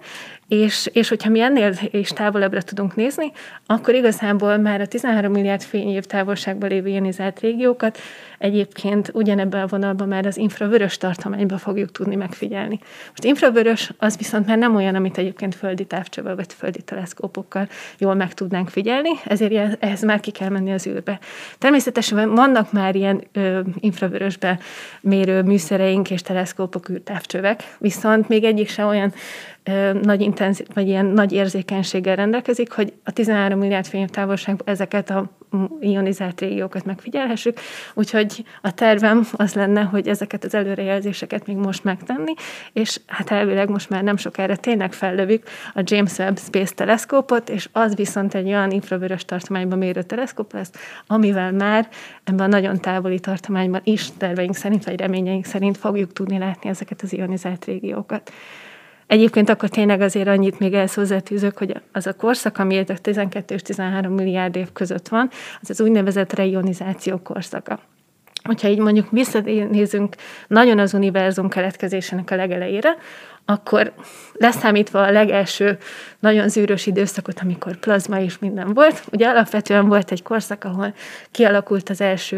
és hogyha mi ennél is távolabbra tudunk nézni, akkor igazából már a 13 milliárd fényév távolságban lévő ionizált régiókat egyébként ugyanebben a vonalban már az infravörös tartományban fogjuk tudni megfigyelni. Most infravörös az viszont már nem olyan, amit egyébként földi távcsővel vagy földi teleszkópokkal jól meg tudnánk figyelni, ezért ehhez már ki kell menni az űrbe. Természetesen vannak már ilyen infravörösbe mérő műszereink és teleszkópok, űrtávcsövek, viszont még egyik sem olyan vagy ilyen nagy érzékenységgel rendelkezik, hogy a 13 milliárd fényév távolságban ezeket a ionizált régiókat megfigyelhessük, úgyhogy a tervem az lenne, hogy ezeket az előrejelzéseket még most megtenni, és hát elvileg most már nem sokára tényleg fellövük a James Webb Space Teleszkópot, és az viszont egy olyan infravörös tartományban mérő teleszkóp lesz, amivel már ebben a nagyon távoli tartományban is terveink szerint, vagy reményeink szerint fogjuk tudni látni ezeket az ionizált régiókat. Egyébként akkor tényleg azért annyit még ehhez hozzátűzök, hogy az a korszak, ami a 12 és 13 milliárd év között van, az az úgynevezett reionizáció korszaka. hogyha így mondjuk visszanézünk nagyon az univerzum keletkezésének a legelejére, akkor leszámítva a legelső nagyon zűrös időszakot, amikor plazma és minden volt, ugye alapvetően volt egy korszak, ahol kialakultak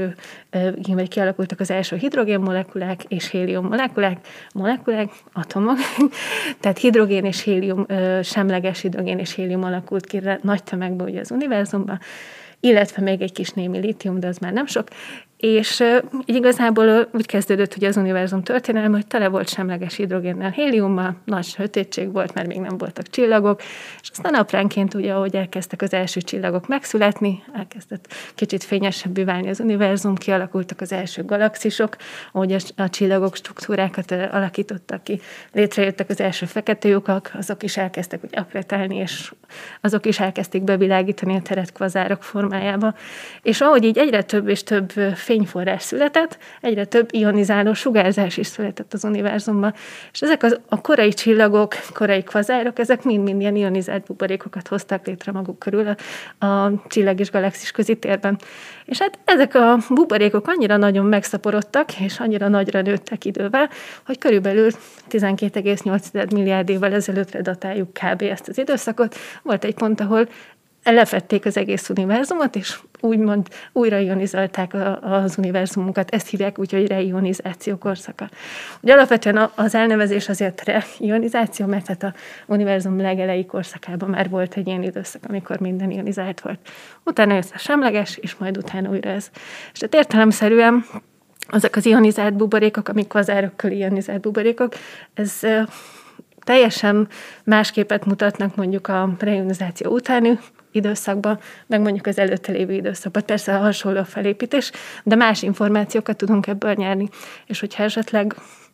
az első hidrogénmolekulák és héliummolekulák, atomok, tehát hidrogén és hélium, semleges hidrogén és hélium alakult ki nagy tömegben ugye az univerzumban, illetve még egy kis némi lítium, de az már nem sok, és igazából úgy kezdődött ugye az univerzum történelme, hogy tele volt semleges hidrogénnel, héliummal, nagy sötétség volt, mert még nem voltak csillagok, és aztán apránként ugye, ahogy elkezdtek az első csillagok megszületni, elkezdett kicsit fényesebbé válni az univerzum, kialakultak az első galaxisok, ahogy a csillagok struktúrákat alakítottak ki, létrejöttek az első fekete lyukak, azok is elkezdtek úgy akretálni, és azok is elkezdték bevilágítani a teret kvazárok formájába. És ahogy így egyre több és több fényforrás született, egyre több ionizáló sugárzás is született az univerzumban. És ezek a korai csillagok, korai kvazárok, ezek mind-mind ilyen ionizált buborékokat hoztak létre maguk körül a csillag és galaxis közitérben. És hát ezek a buborékok annyira nagyon megszaporodtak, és annyira nagyra nőttek idővel, hogy körülbelül 12,8 milliárd évvel ezelőttre datáljuk kb. Ezt az időszakot. Volt egy pont, ahol lefették az egész univerzumot, és úgymond újra ionizálták az univerzumunkat. Ezt hívják úgy, hogy reionizáció korszaka. Ugye alapvetően az elnevezés azért reionizáció, mert hát a univerzum legelejé korszakában már volt egy ilyen időszak, amikor minden ionizált volt. Utána jött a semleges, és majd utána újra ez. És tehát értelemszerűen azok az ionizált buborékok, amik kvazárok körül ionizált buborékok, ez teljesen más képet mutatnak mondjuk a reionizáció utáni időszakban, meg mondjuk az előtte lévő időszakban. Persze hasonló a felépítés, de más információkat tudunk ebből nyerni. És hogyha esetleg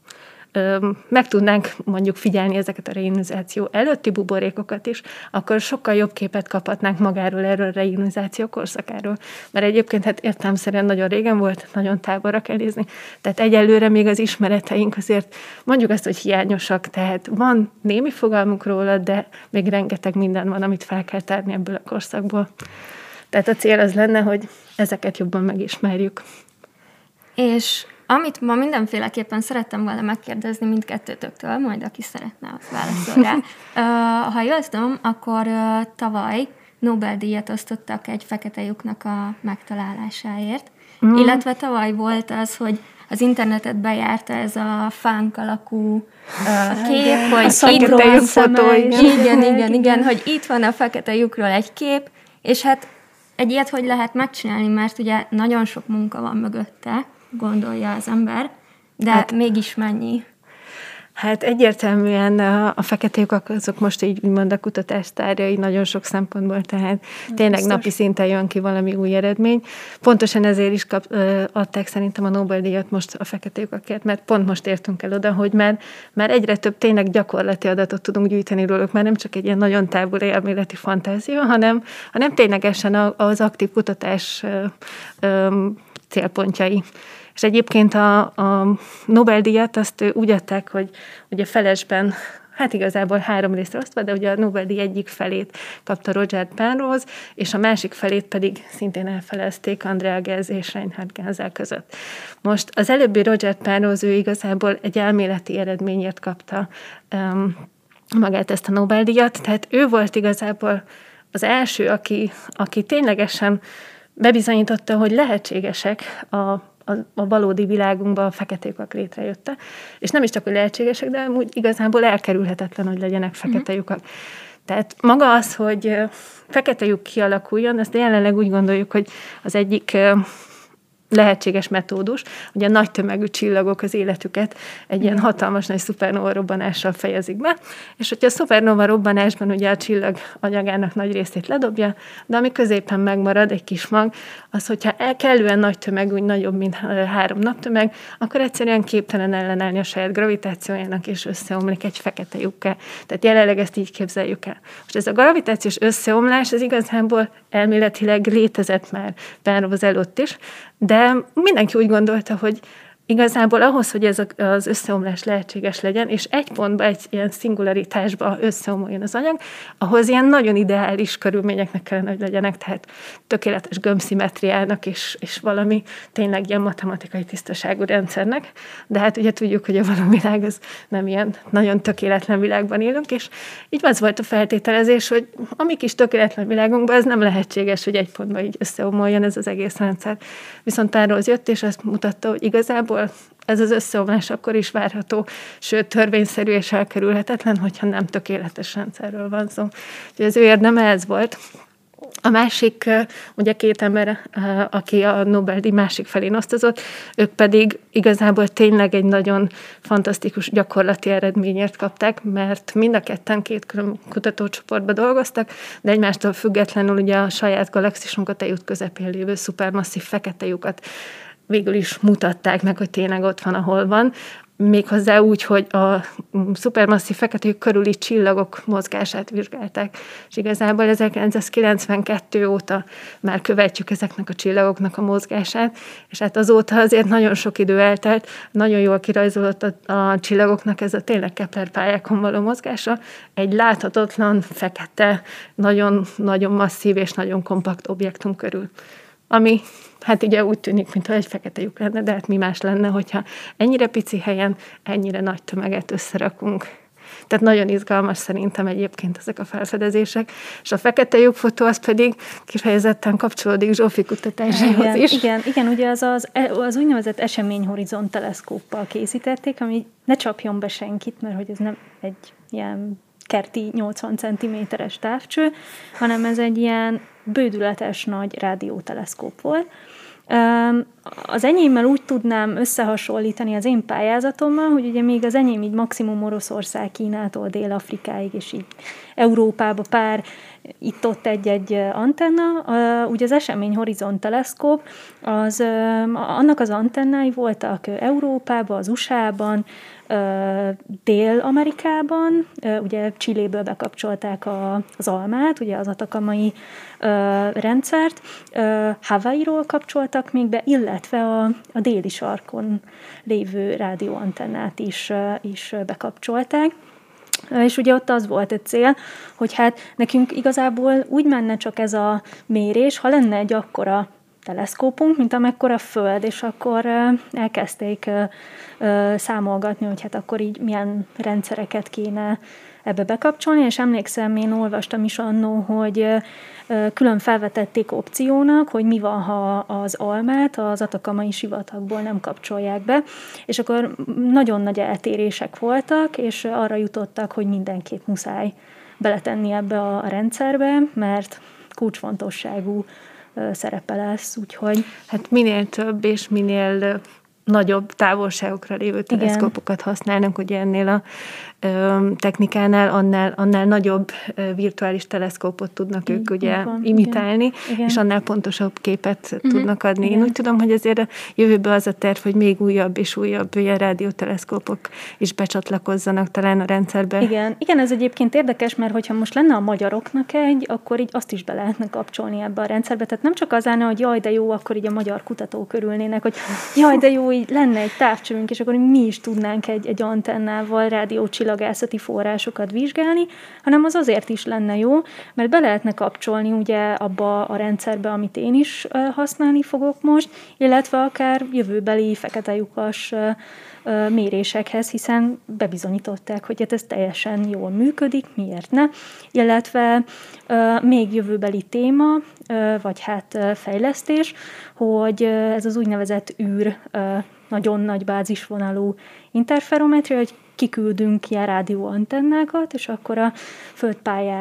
meg tudnánk mondjuk figyelni ezeket a reionizáció előtti buborékokat is, akkor sokkal jobb képet kaphatnánk magáról, erről a reionizáció korszakáról. Mert egyébként hát értelemszerűen nagyon régen volt, nagyon távolra kell nézni. Tehát egyelőre még az ismereteink azért mondjuk azt, hogy hiányosak, tehát van némi fogalmunk róla, de még rengeteg minden van, amit fel kell tárni ebből a korszakból. Tehát a cél az lenne, hogy ezeket jobban megismerjük. És amit ma mindenféleképpen szerettem volna megkérdezni mindkettőtöktől, majd aki szeretne, az válaszol rá. Ha jól tudom, akkor tavaly Nobel-díjat osztottak egy fekete lyuknak a megtalálásáért, illetve tavaly volt az, hogy az internetet bejárta ez a fánk alakú kép, hogy itt van fotó, igen, hogy itt van a fekete lyukról egy kép, és hát egy ilyet hogy lehet megcsinálni, mert ugye nagyon sok munka van mögötte, gondolja az ember, de hát mégis mennyi? Hát egyértelműen a fekete lyukak azok most így úgymond a kutatás tárgyai nagyon sok szempontból, tehát tényleg napi szinten jön ki valami új eredmény. Pontosan ezért is adták szerintem a Nobel-díjat most a fekete lyukakért, mert pont most értünk el oda, hogy már egyre több tényleg gyakorlati adatot tudunk gyűjteni róluk, már nem csak egy ilyen nagyon távoli elméleti fantázia, hanem ténylegesen az aktív kutatás célpontjai. És egyébként a Nobel-díjat azt úgy adták, hogy ugye felesben, hát igazából 3 részre osztva, de ugye a Nobel-díj egyik felét kapta Roger Penrose, és a másik felét pedig szintén elfelezték Andrea Ghez és Reinhard Genzel között. Most az előbbi Roger Penrose, ő igazából egy elméleti eredményért kapta magát ezt a Nobel-díjat, tehát ő volt igazából az első, aki ténylegesen bebizonyította, hogy lehetségesek a valódi világunkban a fekete lyukak létrejötte. És nem is csak, hogy lehetségesek, de úgy igazából elkerülhetetlen, hogy legyenek fekete lyukak. Tehát maga az, hogy fekete lyuk kialakuljon, ezt jelenleg úgy gondoljuk, hogy az egyik lehetséges metódus, hogy a nagy tömegű csillagok az életüket egy ilyen hatalmas nagy szupernova robbanással fejezik be, és hogyha a szupernova robbanásban ugye a csillag anyagának nagy részét ledobja, de ami középen megmarad, egy kis mag, az, hogyha kellően nagy tömeg, úgy nagyobb, mint 3 naptömeg, akkor egyszerűen képtelen ellenállni a saját gravitációjának, és összeomlik egy fekete lyukká. Tehát jelenleg ezt így képzeljük el. Most ez a gravitációs összeomlás, ez igazából elméletileg létezett már Penrose előtt is, de mindenki úgy gondolta, hogy igazából ahhoz, hogy ez az összeomlás lehetséges legyen, és egy pontba, egy ilyen szingularitásba összeomoljon az anyag, ahhoz ilyen nagyon ideális körülményeknek kellene, hogy legyenek, tehát tökéletes gömbszimmetriának, és valami tényleg ilyen matematikai tisztaságú rendszernek, de hát ugye tudjuk, hogy a valami világ az nem ilyen nagyon tökéletlen világban élünk, és így az volt a feltételezés, hogy a mi kis tökéletlen világunkban ez nem lehetséges, hogy egy pontban így összeomoljon ez az egész rendszer. Viszont Penrose jött, és ezt mutatta, hogy igazából ez az összeomlás akkor is várható, sőt törvényszerű és elkerülhetetlen, hogyha nem tökéletes rendszerről van szó. Úgyhogy az ő érdeme ez volt. A másik, ugye 2 ember, aki a Nobel-díj másik felén osztozott, ők pedig igazából tényleg egy nagyon fantasztikus gyakorlati eredményért kapták, mert mind a ketten 2 külön kutatócsoportban dolgoztak, de egymástól függetlenül ugye a saját galaxisunkat eljut közepén lévő szupermasszív fekete lyukat végül is mutatták meg, hogy tényleg ott van, ahol van, méghozzá úgy, hogy a szupermasszív fekete lyuk körüli csillagok mozgását vizsgálták. És igazából 1992 óta már követjük ezeknek a csillagoknak a mozgását, és hát azóta azért nagyon sok idő eltelt, nagyon jól kirajzolott a csillagoknak ez a tényleg Kepler pályákon való mozgása, egy láthatatlan, fekete, nagyon masszív és nagyon kompakt objektum körül. Ami hát ugye úgy tűnik, mintha egy fekete lyuk lenne, de hát mi más lenne, hogyha ennyire pici helyen ennyire nagy tömeget összerakunk. Tehát nagyon izgalmas szerintem egyébként ezek a felfedezések, és a fekete lyukfotó az pedig kifejezetten kapcsolódik Zsófi kutatásaihoz is. Igen, ugye az úgynevezett eseményhorizont teleszkóppal készítették, ami ne csapjon be senkit, mert hogy ez nem egy ilyen kerti 80 cm-es távcső, hanem ez egy ilyen bődületes nagy rádióteleszkóp volt. Az enyémmel úgy tudnám összehasonlítani az én pályázatommal, hogy ugye még az enyém így maximum Oroszország, Kínától Dél-Afrikáig, és így Európába pár itt-ott egy-egy antenna. Ugye az eseményhorizont teleszkóp, annak az antennái voltak Európában, az USA-ban, Dél-Amerikában, ugye Chiléből bekapcsolták az almát, ugye az atakamai rendszert, Hawaii-ról kapcsoltak még be, illetve a déli sarkon lévő rádióantennát is bekapcsolták. És ugye ott az volt a cél, hogy hát nekünk igazából úgy menne csak ez a mérés, ha lenne egy akkora teleszkópunk, mint amekkora Föld, és akkor elkezdték számolgatni, hogy hát akkor így milyen rendszereket kéne ebbe bekapcsolni, és emlékszem, én olvastam is annó, hogy külön felvetették opciónak, hogy mi van, ha az almát az atakamai sivatagból nem kapcsolják be, és akkor nagyon nagy eltérések voltak, és arra jutottak, hogy mindenképp muszáj beletenni ebbe a rendszerbe, mert kulcsfontosságú szerepe lesz, úgyhogy... Hát minél több és minél nagyobb távolságokra lévő teleszkópokat használnak, ugye ennél a technikánál annál nagyobb virtuális teleszkópot tudnak ők ugye imitálni, igen. És annál pontosabb képet tudnak adni. Igen. Én úgy tudom, hogy azért a jövőben az a terv, hogy még újabb és újabb ilyen rádióteleszkópok is becsatlakozzanak talán a rendszerbe. Igen, ez egyébként érdekes, mert hogyha most lenne a magyaroknak akkor így azt is be lehetne kapcsolni ebbe a rendszerbe. Tehát nem csak az állna, hogy jaj, de jó, akkor így a magyar kutatók örülnének, hogy jaj, de jó, így lenne egy távcsövünk, és akkor mi is tudnánk egy antennával rádiócsillagászati forrásokat vizsgálni, hanem az azért is lenne jó, mert be lehetne kapcsolni ugye abba a rendszerbe, amit én is használni fogok most, illetve akár jövőbeli fekete lyukas mérésekhez, hiszen bebizonyították, hogy hát ez teljesen jól működik, miért ne, illetve még jövőbeli téma, vagy hát fejlesztés, hogy ez az úgynevezett űr nagyon nagy bázisvonalú interferometria, hogy kiküldünk ilyen rádióantennákat, és akkor a Föld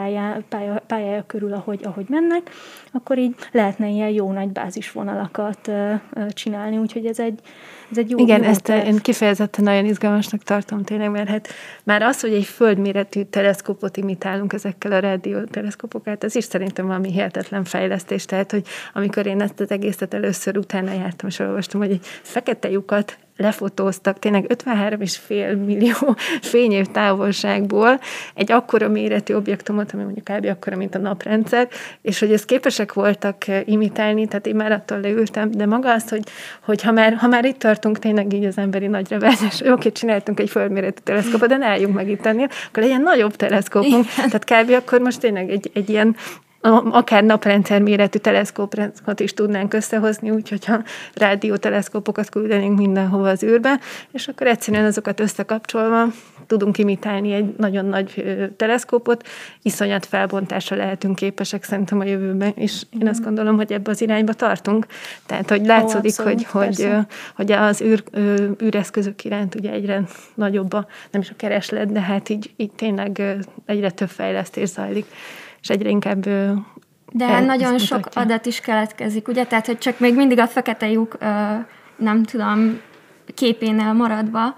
pályája körül, ahogy mennek, akkor így lehetne ilyen jó nagy bázisvonalakat csinálni, úgyhogy ez egy jó. Igen, ezt én kifejezetten nagyon izgalmasnak tartom tényleg, mert hát már az, hogy egy földméretű teleszkópot imitálunk ezekkel a rádióteleszkópokkal, ez is szerintem valami hihetetlen fejlesztés, tehát, hogy amikor én ezt az egészet először utána jártam, és olvastam, hogy egy fekete lyukat lefotóztak tényleg 53,5 millió fényév távolságból egy akkora méretű objektumot, ami mondjuk kb. Akkora, mint a naprendszer, és hogy ezt képesek voltak imitálni, tehát én már attól leültem, de maga az, hogy ha már itt tartunk tényleg így az emberi nagyrevázás, oké, csináltunk egy földméretű teleszkópot, de ne álljunk meg itt ennél, akkor legyen nagyobb teleszkópunk, tehát kb. Akkor most tényleg egy ilyen akár naprendszer méretű teleszkópot is tudnánk összehozni, úgyhogy ha rádióteleszkópokat küldenénk mindenhova az űrbe, és akkor egyszerűen azokat összekapcsolva tudunk imitálni egy nagyon nagy teleszkópot, iszonyat felbontásra lehetünk képesek szerintem a jövőben, és én azt gondolom, hogy ebbe az irányba tartunk. Tehát, hogy látszódik, hogy az űreszközök iránt ugye egyre nagyobb nem is a kereslet, de hát így tényleg egyre több fejlesztés zajlik, és egyre inkább... De nagyon sok adat is keletkezik, ugye? Tehát, hogy csak még mindig a fekete lyuk, nem tudom, képénél maradva,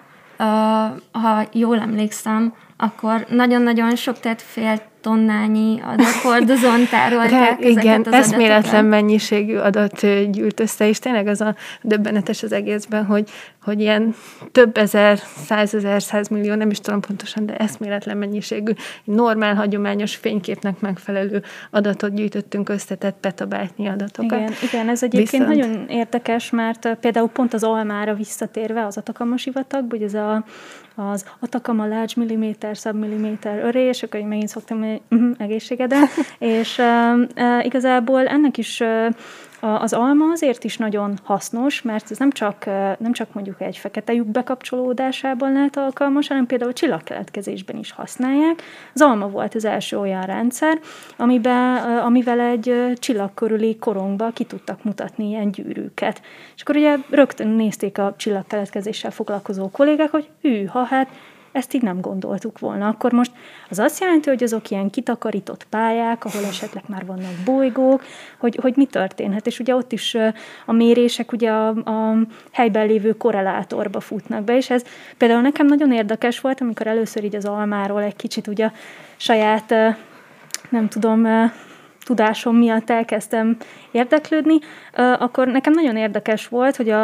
ha jól emlékszem, akkor nagyon-nagyon sok, tehát fél tonnányi adathordozón tárolták igen, eszméletlen mennyiségű adat gyűlt össze, és tényleg az a döbbenetes az egészben, hogy ilyen több ezer, 100 millió, nem is tudom pontosan, de eszméletlen mennyiségű, normál, hagyományos fényképnek megfelelő adatot gyűjtöttünk össze, tehát petabájtnyi adatokat. Igen, ez egyébként nagyon érdekes, mert például pont az Almára visszatérve, az Atacama-sivatagban, hogy ez az Atacama Large Millimeter, Submillimeter Array, és akkor én megint szoktam, egészségedre, és igazából ennek is az alma azért is nagyon hasznos, mert ez nem csak mondjuk egy fekete lyuk bekapcsolódásában lehet alkalmas, hanem például a csillagkeletkezésben is használják. Az alma volt az első olyan rendszer, amivel egy csillag körüli korongba ki tudtak mutatni ilyen gyűrűket. És akkor ugye rögtön nézték a csillagkeletkezéssel foglalkozó kollégák, hogy hát ezt így nem gondoltuk volna. Akkor most az azt jelenti, hogy azok ilyen kitakarított pályák, ahol esetleg már vannak bolygók, hogy mi történhet. És ugye ott is a mérések ugye a helyben lévő korrelátorba futnak be, és ez például nekem nagyon érdekes volt, amikor először így az almáról egy kicsit ugye saját, nem tudom, tudásom miatt elkezdtem érdeklődni, akkor nekem nagyon érdekes volt, hogy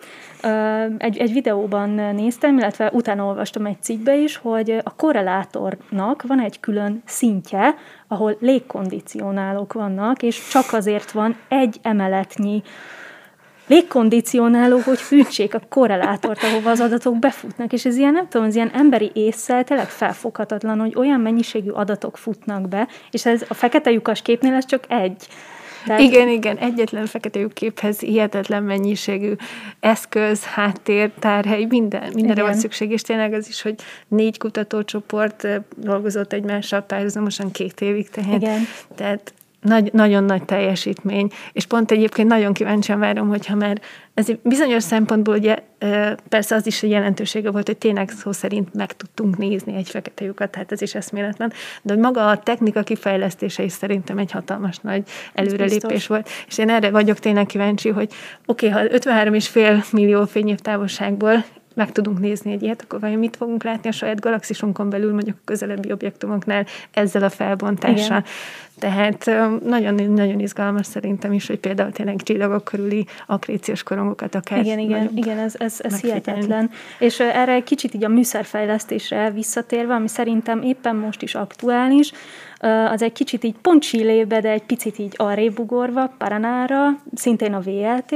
egy videóban néztem, illetve utána olvastam egy cikkbe is, hogy a korrelátornak van egy külön szintje, ahol légkondicionálók vannak, és csak azért van egy emeletnyi légkondicionáló, hogy fűtsék a korrelátort, ahova az adatok befutnak. És ez ilyen, nem tudom, ez ilyen emberi ésszel tényleg felfoghatatlan, hogy olyan mennyiségű adatok futnak be, és ez a fekete lyukas képnél ez csak egy. Tehát... Igen, egyetlen fekete lyuk képhez hihetetlen mennyiségű eszköz, háttér, tárhely, mindenre volt szükség, és tényleg az is, hogy 4 kutatócsoport dolgozott egymással párhuzamosan 2 évig, tehát nagyon nagy teljesítmény, és pont egyébként nagyon kíváncsian várom, hogyha már ez bizonyos szempontból ugye persze az is a jelentősége volt, hogy tényleg szó szerint meg tudtunk nézni egy fekete lyukat, tehát ez is eszméletlen, de hogy maga a technika kifejlesztése is szerintem egy hatalmas nagy előrelépés volt, és én erre vagyok tényleg kíváncsi, hogy oké, ha 53,5 millió fényév távolságból meg tudunk nézni egy ilyet, akkor vajon mit fogunk látni a saját galaxisunkon belül, mondjuk a közelebbi objektumoknál ezzel a felbontással. Igen. Tehát nagyon izgalmas szerintem is, hogy például tényleg csillagok körüli akréciós korongokat akár... Igen, ez hihetetlen. És erre egy kicsit így a műszerfejlesztésre visszatérve, ami szerintem éppen most is aktuális, az egy kicsit így pont Chilébe, de egy picit így arrébb ugorva, Paranára, szintén a VLT,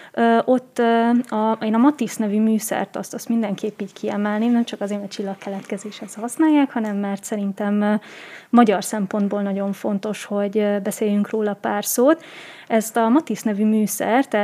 ott én a Matisse nevű műszert azt mindenképp így kiemelném, nem csak azért, mert csillagkeletkezéshez használják, hanem mert szerintem magyar szempontból nagyon fontos, hogy beszéljünk róla pár szót. Ezt a Matisse nevű műszert,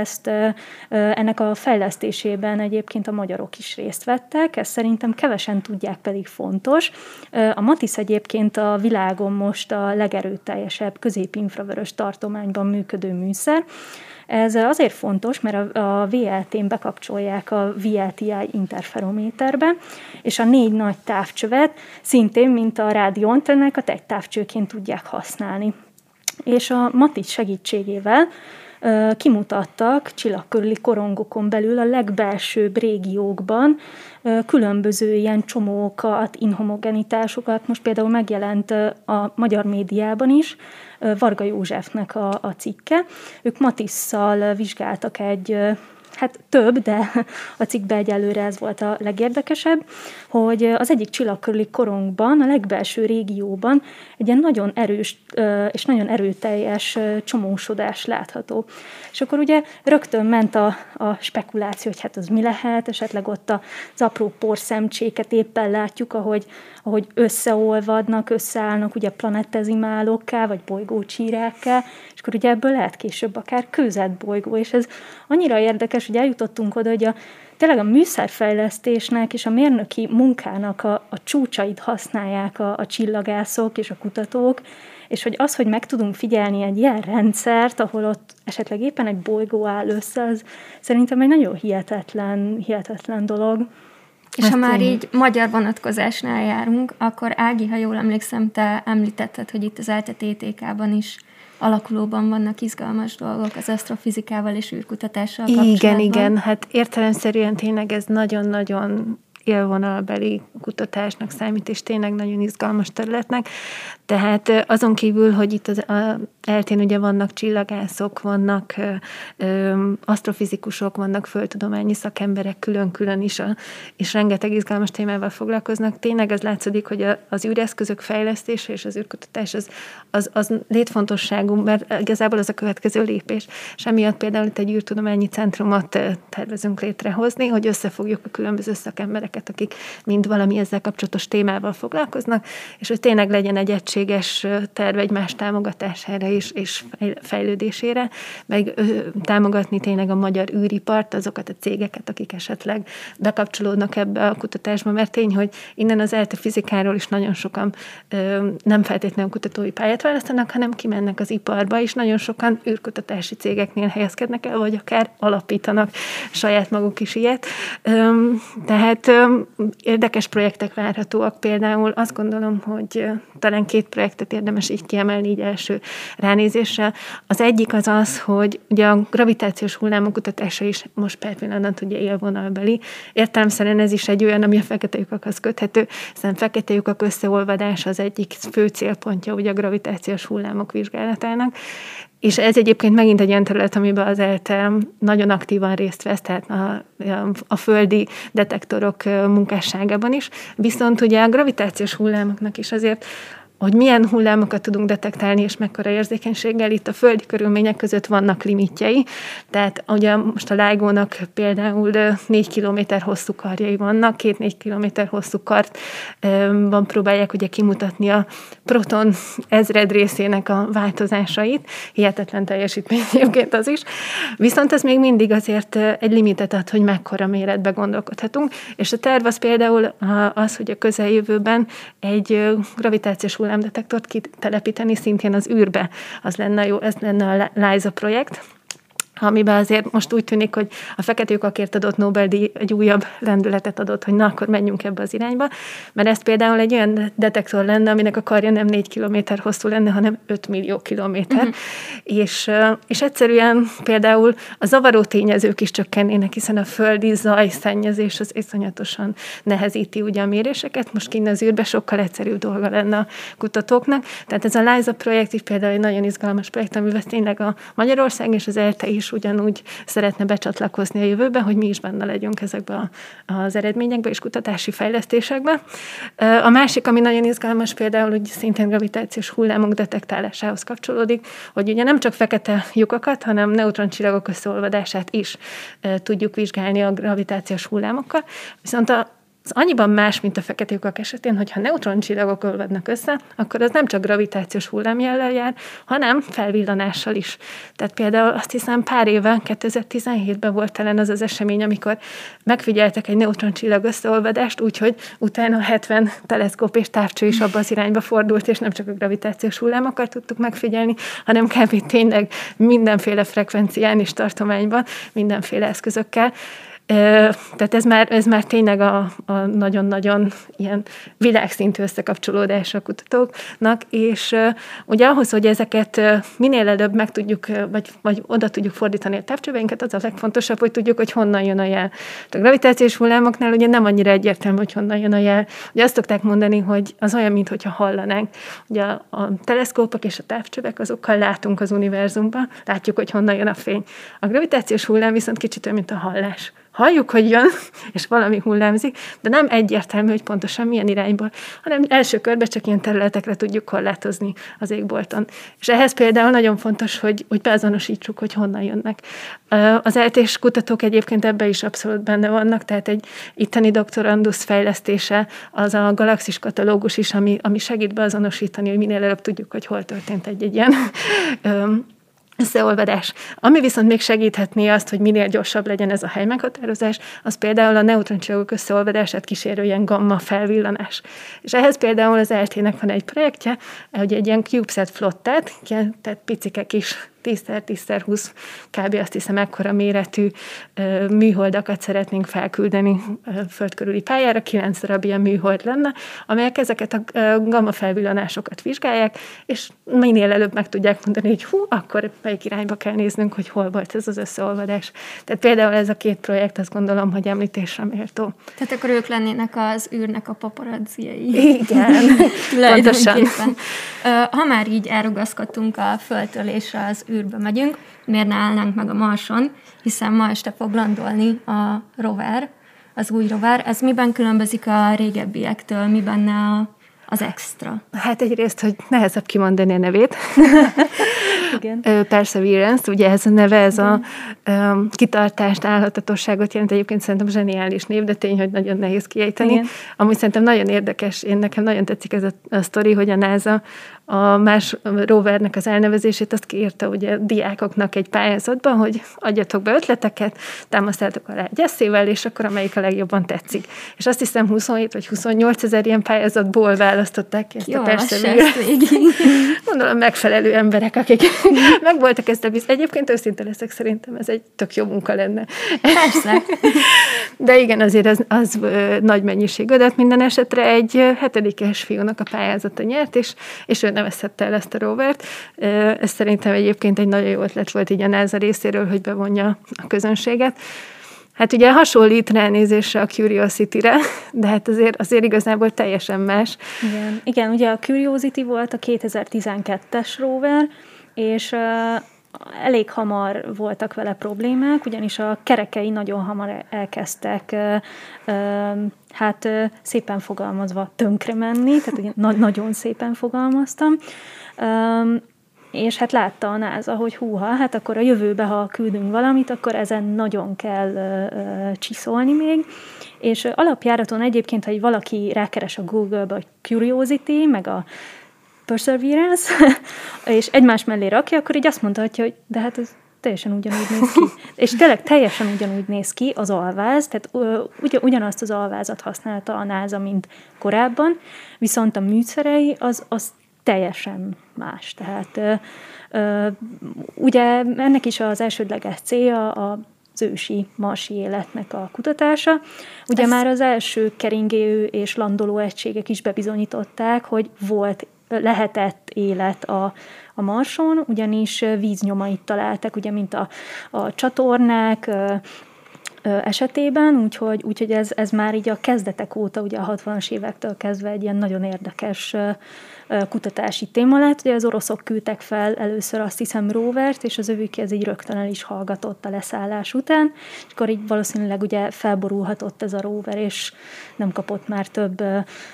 ennek a fejlesztésében egyébként a magyarok is részt vettek, ezt szerintem kevesen tudják, pedig fontos. A Matisse egyébként a világon most a legerőteljesebb középinfravörös tartományban működő műszer. Ez azért fontos, mert a VLT-n bekapcsolják a VLTI interferométerbe, és a 4 nagy távcsövet szintén, mint a rádióantennák, egy távcsőként tudják használni. És a Matisse segítségével kimutattak csillagkörüli korongokon belül a legbelsőbb régiókban különböző ilyen csomókat, inhomogenitásokat. Most például megjelent a magyar médiában is Varga Józsefnek a cikke. Ők Matisse-szal vizsgáltak egy hát több, de a cikkben egyelőre ez volt a legérdekesebb, hogy az egyik csillag körüli korongbban, a legbelső régióban egy ilyen nagyon erős és nagyon erőteljes csomósodás látható. És akkor ugye rögtön ment a spekuláció, hogy hát az mi lehet, esetleg ott az apró porszemcséket éppen látjuk, ahogy összeolvadnak, összeállnak ugye planetezimálokká, vagy bolygócsírákká, és akkor ugye ebből lehet később akár kőzetbolygó, és ez annyira érdekes, hogy eljutottunk oda, hogy tényleg a műszerfejlesztésnek és a mérnöki munkának a csúcsait használják a csillagászok és a kutatók, és hogy az, hogy meg tudunk figyelni egy ilyen rendszert, ahol ott esetleg éppen egy bolygó áll össze, az szerintem egy nagyon hihetetlen dolog. És ha már így magyar vonatkozásnál járunk, akkor Ági, ha jól emlékszem, te említetted, hogy itt az ELTE TTK-ban is alakulóban vannak izgalmas dolgok az asztrofizikával és űrkutatással kapcsolatban. Igen, hát értelemszerűen tényleg ez nagyon-nagyon élvonalbeli kutatásnak számít, és tényleg nagyon izgalmas területnek. Tehát azon kívül, hogy itt az ELTE-n ugye vannak csillagászok, vannak asztrofizikusok, vannak földtudományi szakemberek külön-külön is, és rengeteg izgalmas témával foglalkoznak. Tényleg ez látszódik, hogy az űreszközök fejlesztése és az űrkutatás az létfontosságú, mert igazából az a következő lépés. És emiatt például itt egy űrtudományi centrumot tervezünk létrehozni, hogy összefogjuk a különböző szakembereket, akik mind valami ezzel kapcsolatos témával foglalkoznak, és hogy tényleg legyen egy egységes terv egymás támogatására és fejlődésére, meg támogatni tényleg a magyar űripart, azokat a cégeket, akik esetleg bekapcsolódnak ebbe a kutatásba, mert tény, hogy innen az ELTE fizikáról is nagyon sokan nem feltétlenül kutatói pályát választanak, hanem kimennek az iparba, és nagyon sokan űrkutatási cégeknél helyezkednek el, vagy akár alapítanak saját maguk is ilyet. Tehát érdekes projektek várhatóak például. Azt gondolom, hogy talán 2 projektet érdemes így kiemelni így első ránézésre. Az egyik az, hogy ugye a gravitációs hullámok kutatása is most per pillanat ugye élvonalbeli. Értelemszerűen ez is egy olyan, ami a fekete lyukakhoz köthető, hiszen fekete lyukak összeolvadása az egyik fő célpontja ugye a gravitációs hullámok vizsgálatának. És ez egyébként megint egy olyan terület, amiben az ELTE nagyon aktívan részt vesz, tehát a földi detektorok munkásságában is. Viszont ugye a gravitációs hullámoknak is azért, hogy milyen hullámokat tudunk detektálni, és mekkora érzékenységgel, itt a földi körülmények között vannak limitjei. Tehát ugye most a LIGO-nak például 4 kilométer hosszú karjai vannak, 2-4 kilométer hosszú kartban próbálják ugye kimutatni a proton ezred részének a változásait. Hihetetlen teljesítmény egyébként az is. Viszont ez még mindig azért egy limitet ad, hogy mekkora méretbe gondolkodhatunk. És a terv az például az, hogy a közeljövőben egy gravitációs hullámdetektort kitelepíteni szintén az űrbe. Az lenne jó, ez lenne a LISA projekt, amiben azért most úgy tűnik, hogy a fekete lyukakért adott Nobel-díj egy újabb lendületet adott, hogy na, akkor menjünk ebbe az irányba, mert ez például egy olyan detektor lenne, aminek a karja nem 4 kilométer hosszú lenne, hanem 5 millió kilométer. És egyszerűen például a zavaró tényezők is csökkennének, hiszen a földi zajszennyezés az iszonyatosan nehezíti ugye a méréseket. Most kint az űrbe sokkal egyszerűbb dolga lenne a kutatóknak. Tehát ez a LISA projekt is például egy nagyon izgalmas projekt, amivel tényleg a Magyarország és az ELTE is ugyanúgy szeretne becsatlakozni a jövőbe, hogy mi is benne legyünk ezekbe az eredményekbe és kutatási fejlesztésekbe. A másik, ami nagyon izgalmas például, hogy szintén gravitációs hullámok detektálásához kapcsolódik, hogy ugye nem csak fekete lyukakat, hanem neutroncsillagok összeolvadását is tudjuk vizsgálni a gravitációs hullámokkal. Viszont az annyiban más, mint a fekete lyukak esetén, hogyha neutroncsillagok olvadnak össze, akkor az nem csak gravitációs hullámjellel jár, hanem felvillanással is. Tehát például azt hiszem pár éve, 2017-ben volt talán az esemény, amikor megfigyeltek egy neutroncsillag összeolvadást, úgyhogy utána 70 teleszkóp és távcső is abba az irányba fordult, és nem csak a gravitációs hullámokat tudtuk megfigyelni, hanem kb. Tényleg mindenféle frekvencián és tartományban, mindenféle eszközökkel. Tehát ez már tényleg a nagyon-nagyon ilyen világszintű összekapcsolódás a kutatóknak, és ugye ahhoz, hogy ezeket minél előbb meg tudjuk, vagy oda tudjuk fordítani a távcsöveinket, az a legfontosabb, hogy tudjuk, hogy honnan jön a jel. A gravitációs hullámoknál ugye nem annyira egyértelmű, hogy honnan jön a jel. Ugye azt szokták mondani, hogy az olyan, mintha hallanánk. Ugye a teleszkópok és a távcsövek, azokkal látunk az univerzumba, látjuk, hogy honnan jön a fény. A gravitációs hullám viszont kicsit olyan, mint a hallás. Halljuk, hogy jön, és valami hullámzik, de nem egyértelmű, hogy pontosan milyen irányból, hanem első körben csak ilyen területekre tudjuk korlátozni az égbolton. És ehhez például nagyon fontos, hogy beazonosítsuk, hogy honnan jönnek. Az ELTÉs kutatók egyébként ebben is abszolút benne vannak, tehát egy itteni doktorandusz fejlesztése az a galaxis katalógus is, ami segít beazonosítani, hogy minél előbb tudjuk, hogy hol történt egy ilyen összeolvadás. Ami viszont még segíthetné azt, hogy minél gyorsabb legyen ez a helymeghatározás, az például a neutroncsillagok összeolvadását kísérő ilyen gamma felvillanás. És ehhez például az ELTÉ-nek van egy projektje, hogy egy ilyen CubeSat flottát, tehát picike kis 10x10x20 kb. Azt hiszem ekkora méretű műholdakat szeretnénk felküldeni föld körüli pályára, 9 darab ilyen műhold lenne, amelyek ezeket a gamma felvillanásokat vizsgálják, és minél előbb meg tudják mondani, hogy akkor melyik irányba kell néznünk, hogy hol volt ez az összeolvadás. Tehát például ez a két projekt, azt gondolom, hogy említésre méltó. Tehát akkor ők lennének az űrnek a paparazziai. Igen, pontosan. Ha már így elrugaszkodtunk a Földtől és az űrbe megyünk, miért ne állnánk meg a Marson, hiszen ma este fog landolni a rover, az új rover. Ez miben különbözik a régebbiektől, mi benne az extra? Hát egyrészt, hogy nehezebb kimondani a nevét. Igen. Perseverance, ugye ez a neve, ez a kitartást, állhatatosságot jelent, egyébként szerintem zseniális név, de tény, hogy nagyon nehéz kiejteni. Igen. Amúgy szerintem nagyon érdekes, nekem nagyon tetszik ez a sztori, hogy a NASA a más rovernek az elnevezését azt kiírta ugye diákoknak egy pályázatban, hogy adjatok be ötleteket, támasztátok alá egy eszével, és akkor amelyik a legjobban tetszik. És azt hiszem 27 vagy 28 000 ilyen pályázatból választották ki ezt a Perseverance. Gondolom megfelelő emberek, akik megvoltak ezt a egyébként őszinte leszek, szerintem ez egy tök jó munka lenne. Persze. De igen, azért az nagy mennyiség adat. Minden esetre egy 7-es fiúnak a pályázata nyert, és ő nevezhette el ezt a rovert. Ez szerintem egyébként egy nagyon jó ötlet volt így a NASA részéről, hogy bevonja a közönséget. Hát ugye hasonlít ránézésre a Curiosity-re, de hát azért igazából teljesen más. Igen, ugye a Curiosity volt a 2012-es rover, és elég hamar voltak vele problémák, ugyanis a kerekei nagyon hamar elkezdtek szépen fogalmazva tönkre menni, tehát ugye nagyon szépen fogalmaztam, és hát látta a NASA, hogy hát akkor a jövőbe, ha küldünk valamit, akkor ezen nagyon kell csiszolni még, és alapjáraton egyébként, ha valaki rákeres a Google-ba, hogy Curiosity, meg a Perseverance, és egymás mellé rakja, akkor így azt mondhatja, hogy de hát ez teljesen ugyanúgy néz ki. És tényleg teljesen ugyanúgy néz ki az alváz, tehát ugyanazt az alvázat használta a NASA, mint korábban, viszont a műszerei az teljesen más. Tehát ugye ennek is az elsődleges célja az ősi marsi életnek a kutatása. Ugye már az első keringő és landoló egységek is bebizonyították, hogy lehetett élet a Marson, ugyanis víznyomait találtak, ugye, mint a csatornák esetében, úgyhogy ez már így a kezdetek óta, ugye a 60-as évektől kezdve egy ilyen nagyon érdekes kutatási téma lett. Ugye az oroszok küldtek fel először azt hiszem rovert, és az övük ez így rögtön el is hallgatott a leszállás után, és akkor így valószínűleg ugye felborulhatott ez a rover, és nem kapott már több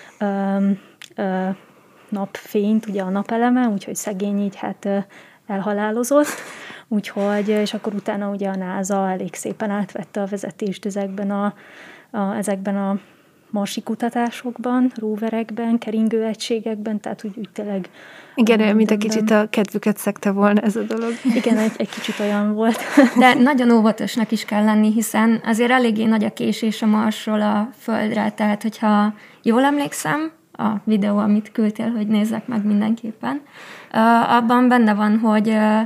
napfényt, ugye a napeleme, úgyhogy szegény így hát elhalálozott, és akkor utána ugye a NASA elég szépen átvette a vezetést ezekben a marsi kutatásokban, roverekben, keringő egységekben, tehát úgy tényleg... Igen, olyan, mint egy kicsit a kedvüket szegte volna ez a dolog. Igen, egy kicsit olyan volt. De nagyon óvatosnak is kell lenni, hiszen azért eléggé nagy a késés a Marsról a Földre, tehát hogyha jól emlékszem, a videó, amit küldtél, hogy nézzek meg mindenképpen, abban benne van, hogy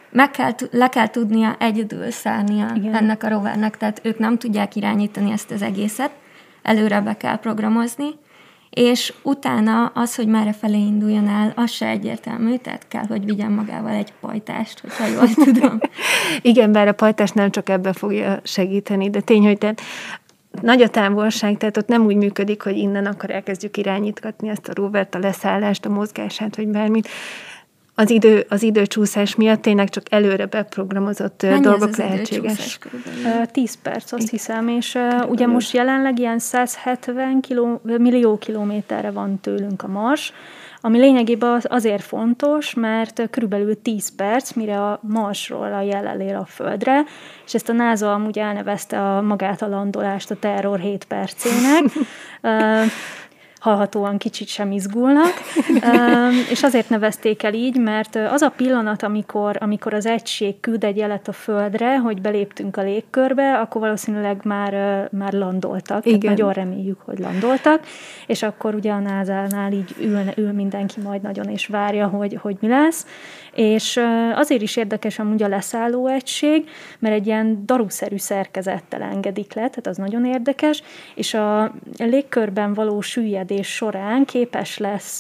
le kell tudnia egyedül szállnia ennek a rovernek, tehát ők nem tudják irányítani ezt az egészet, előre be kell programozni, és utána az, hogy merre felé induljon el, az se egyértelmű, tehát kell, hogy vigyen magával egy pajtást, hogyha jól tudom. Igen, bár a pajtás nem csak ebben fogja segíteni, de tény, hogy tehát nagy a távolság, tehát ott nem úgy működik, hogy innen akkor elkezdjük irányítgatni ezt a rovert, a leszállást, a mozgását, vagy bármit. Az időcsúszás miatt tényleg csak előre beprogramozott dolgok lehetséges. 10 perc, azt hiszem, és ugye most jelenleg ilyen 170 millió kilométerre van tőlünk a Mars, ami lényegében azért fontos, mert körülbelül 10 perc, mire a Marsról a jel elér a Földre, és ezt a NASA amúgy elnevezte magát a landolást a Terror 7 percének, hallhatóan kicsit sem izgulnak, és azért nevezték el így, mert az a pillanat, amikor az egység küld egy jelet a Földre, hogy beléptünk a légkörbe, akkor valószínűleg már landoltak. Tehát nagyon reméljük, hogy landoltak, és akkor ugye a NASA-nál így ül mindenki majd nagyon, és várja, hogy mi lesz. És azért is érdekes amúgy a leszálló egység, mert egy ilyen daruszerű szerkezettel engedik le, tehát az nagyon érdekes, és a légkörben való süllyedés során képes lesz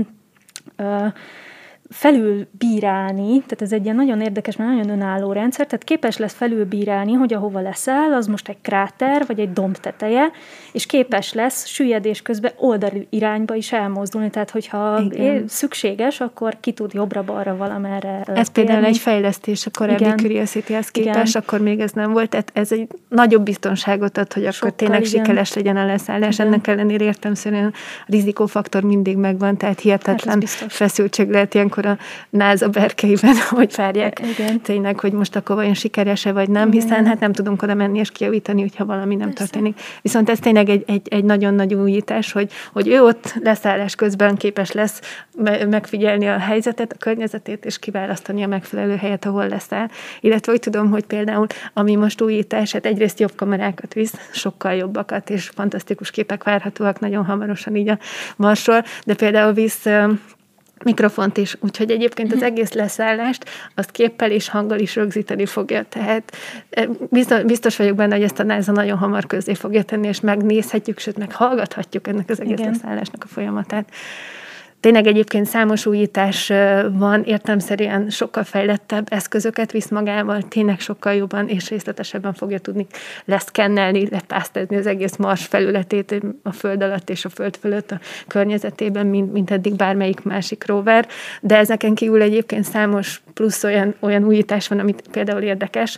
felülbírálni, tehát ez egy ilyen nagyon érdekes, mert nagyon önálló rendszer, tehát képes lesz felülbírálni, hogy ahova leszáll, az most egy kráter, vagy egy domb teteje, és képes lesz süllyedés közben oldali irányba is elmozdulni, tehát hogyha szükséges, akkor ki tud jobbra-balra valamerre Ez például egy fejlesztés a korábbi Curiosity-hez képest, akkor még ez nem volt, tehát ez egy nagyobb biztonságot ad, hogy akkor tényleg sikeres legyen a leszállás. Ennek ellenére értelemszerűen a rizikófaktor mindig megvan, tehát hihetetlen feszültség lehet ilyenkor a NASA berkeiben, hogy várják tényleg, hogy most akkor vajon sikeres-e vagy nem, hiszen hát nem tudunk oda menni és kijavítani, hogyha valami nem történik. Viszont ez tényleg egy nagyon nagy újítás, hogy ő ott leszállás közben képes lesz megfigyelni a helyzetet, a környezetét, és kiválasztani a megfelelő helyet, ahol leszáll. Illetve úgy tudom, hogy például, ami most újítás, hát egyrészt jobb kamerákat visz, sokkal jobbakat, és fantasztikus képek várhatóak nagyon hamarosan így a Marsról, de például visz mikrofont is, úgyhogy egyébként az egész leszállást azt képpel és hanggal is rögzíteni fogja, tehát biztos vagyok benne, hogy ezt a NASA nagyon hamar közzé fogja tenni, és megnézhetjük, sőt meghallgathatjuk ennek az egész leszállásnak a folyamatát. Tényleg egyébként számos újítás van, értelemszerűen sokkal fejlettebb eszközöket visz magával, tényleg sokkal jobban és részletesebben fogja tudni leszkennelni, lepásztázni az egész Mars felületét a Föld alatt és a Föld fölött a környezetében, mint eddig bármelyik másik rover, de ezeken kívül egyébként számos plusz olyan újítás van, amit például érdekes.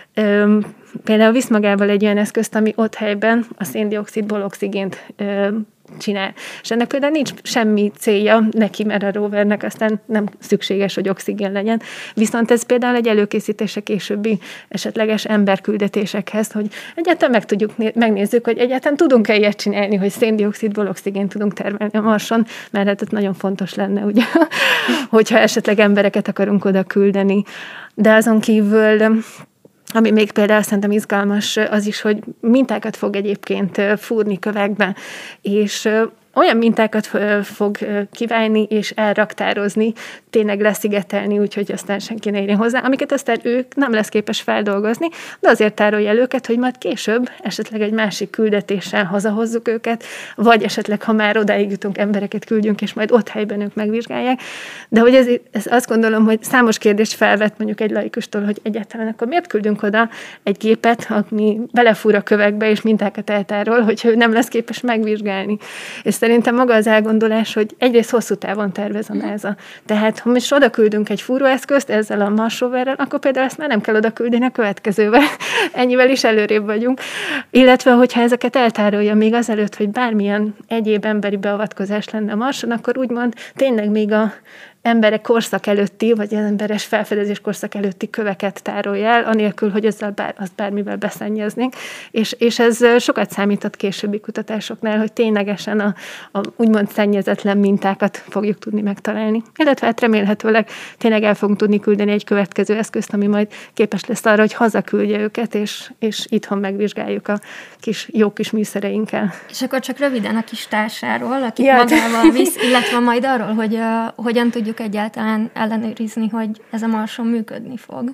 Például visz magával egy olyan eszközt, ami ott helyben a széndioxidból oxigént csinál. És ennek például nincs semmi célja neki, mert a rovernek aztán nem szükséges, hogy oxigén legyen. Viszont ez például egy előkészítése későbbi esetleges emberküldetésekhez, hogy egyáltalán megnézzük, hogy egyáltalán tudunk-e ilyet csinálni, hogy széndioxidból oxigént tudunk termelni a Marson, mert hát ez nagyon fontos lenne, ugye, hogyha esetleg embereket akarunk oda küldeni. De azon kívül ami még például szerintem izgalmas az is, hogy mintákat fog egyébként fúrni kövekbe, és olyan mintákat fog kiválni és elraktározni, tényleg leszigetelni, úgyhogy aztán senki ne érjen hozzá, amiket aztán ők nem lesz képes feldolgozni, de azért tárolja el őket, hogy majd később esetleg egy másik küldetéssel hazahozzuk őket, vagy esetleg, ha már odáig jutunk, embereket küldjünk, és majd ott helyben ők megvizsgálják. De hogy ez azt gondolom, hogy számos kérdést felvet mondjuk egy laikustól, hogy egyáltalán akkor miért küldünk oda egy gépet, ami belefúr a kövekbe, és mintákat eltárol, hogyha ő nem lesz képes megvizsgálni. És szerintem maga az elgondolás, hogy egyrészt hosszú távon tervez a NASA. Tehát, ha most oda küldünk egy fúróeszközt ezzel a Mars roverrel, akkor például ezt már nem kell oda küldeni a következővel. Ennyivel is előrébb vagyunk. Illetve, hogyha ezeket eltárolja még azelőtt, hogy bármilyen egyéb emberi beavatkozás lenne a Marson, akkor úgymond tényleg még a emberek korszak előtti, vagy emberes felfedezés korszak előtti köveket tárolja el, anélkül, hogy azt bármivel beszennyeznénk. És ez sokat számított későbbi kutatásoknál, hogy ténylegesen a úgymond szennyezetlen mintákat fogjuk tudni megtalálni. Illetve hát remélhetőleg tényleg el fogunk tudni küldeni egy következő eszközt, ami majd képes lesz arra, hogy hazaküldje őket, és itthon megvizsgáljuk a jó kis műszereinkkel. És akkor csak röviden a kis társáról, akit magával visz, illetve majd arról, hogy hogyan tudjuk tudjuk egyáltalán ellenőrizni, hogy ez a Marson működni fog?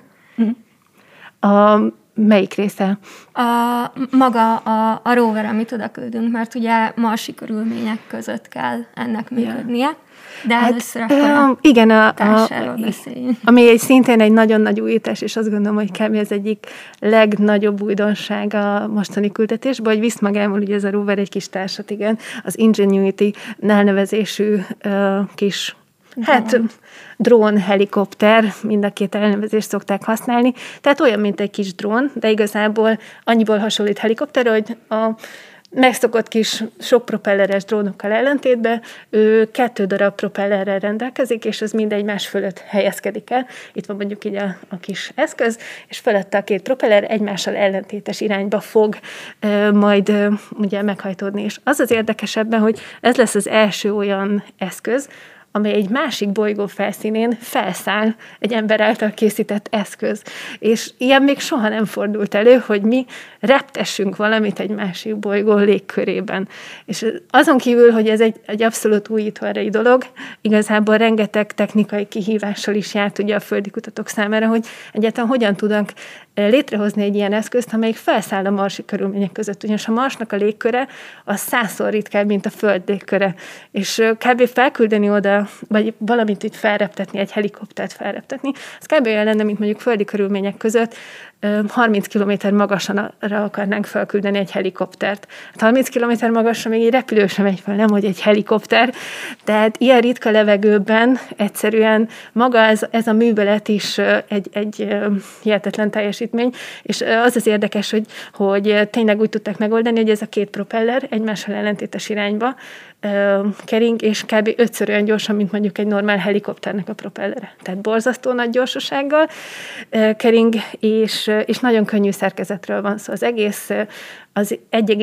Melyik része? Maga a rover, amit oda küldünk, mert ugye marsi körülmények között kell ennek működnie. De először akkor igen, társáról beszéljünk. Ami szintén egy nagyon nagy újítás, és azt gondolom, hogy kb. Ez egyik legnagyobb újdonság a mostani küldetésben, hogy visz magával ugye ez a rover egy kis társat, igen, az Ingenuity elnevezésű kis drón, helikopter, mind a két elnevezést szokták használni, tehát olyan, mint egy kis drón, de igazából annyiból hasonlít helikopter, hogy a megszokott kis sok propelleres drónokkal ellentétben ő 2 darab propellerrel rendelkezik, és ez mind egymás fölött helyezkedik el. Itt van mondjuk így a kis eszköz, és fölötte a 2 propeller egymással ellentétes irányba fog majd ugye meghajtódni. És az az érdekesebben, hogy ez lesz az első olyan eszköz, amely egy másik bolygó felszínén felszáll egy ember által készített eszköz. És ilyen még soha nem fordult elő, hogy mi reptessünk valamit egy másik bolygó légkörében. És azon kívül, hogy ez egy abszolút újító erejű dolog, igazából rengeteg technikai kihívással is járt ugye a földi kutatók számára, hogy egyáltalán hogyan tudnak létrehozni egy ilyen eszközt, amelyik felszáll a marsi körülmények között. Ugyanis a Marsnak a légköre az 100-szor ritkább, mint a Föld légköre. És kb. Felküldeni oda, vagy valamit így felreptetni, egy helikoptert felreptetni, az kb. Olyan lenne, mint mondjuk földi körülmények között 30 km magasra akarnánk felküldeni egy helikoptert. 30 km magasra még egy repülő sem megy fel, nem, hogy egy helikopter. Tehát ilyen ritka levegőben egyszerűen maga ez a művelet is egy hihetetlen teljesítmény, és az az érdekes, hogy tényleg úgy tudták megoldani, hogy ez a 2 propeller egymással ellentétes irányba kering, és kb. 5-ször olyan gyorsan, mint mondjuk egy normál helikopternek a propellere. Tehát borzasztó nagy gyorsasággal kering, és nagyon könnyű szerkezetről van szó. Az egész az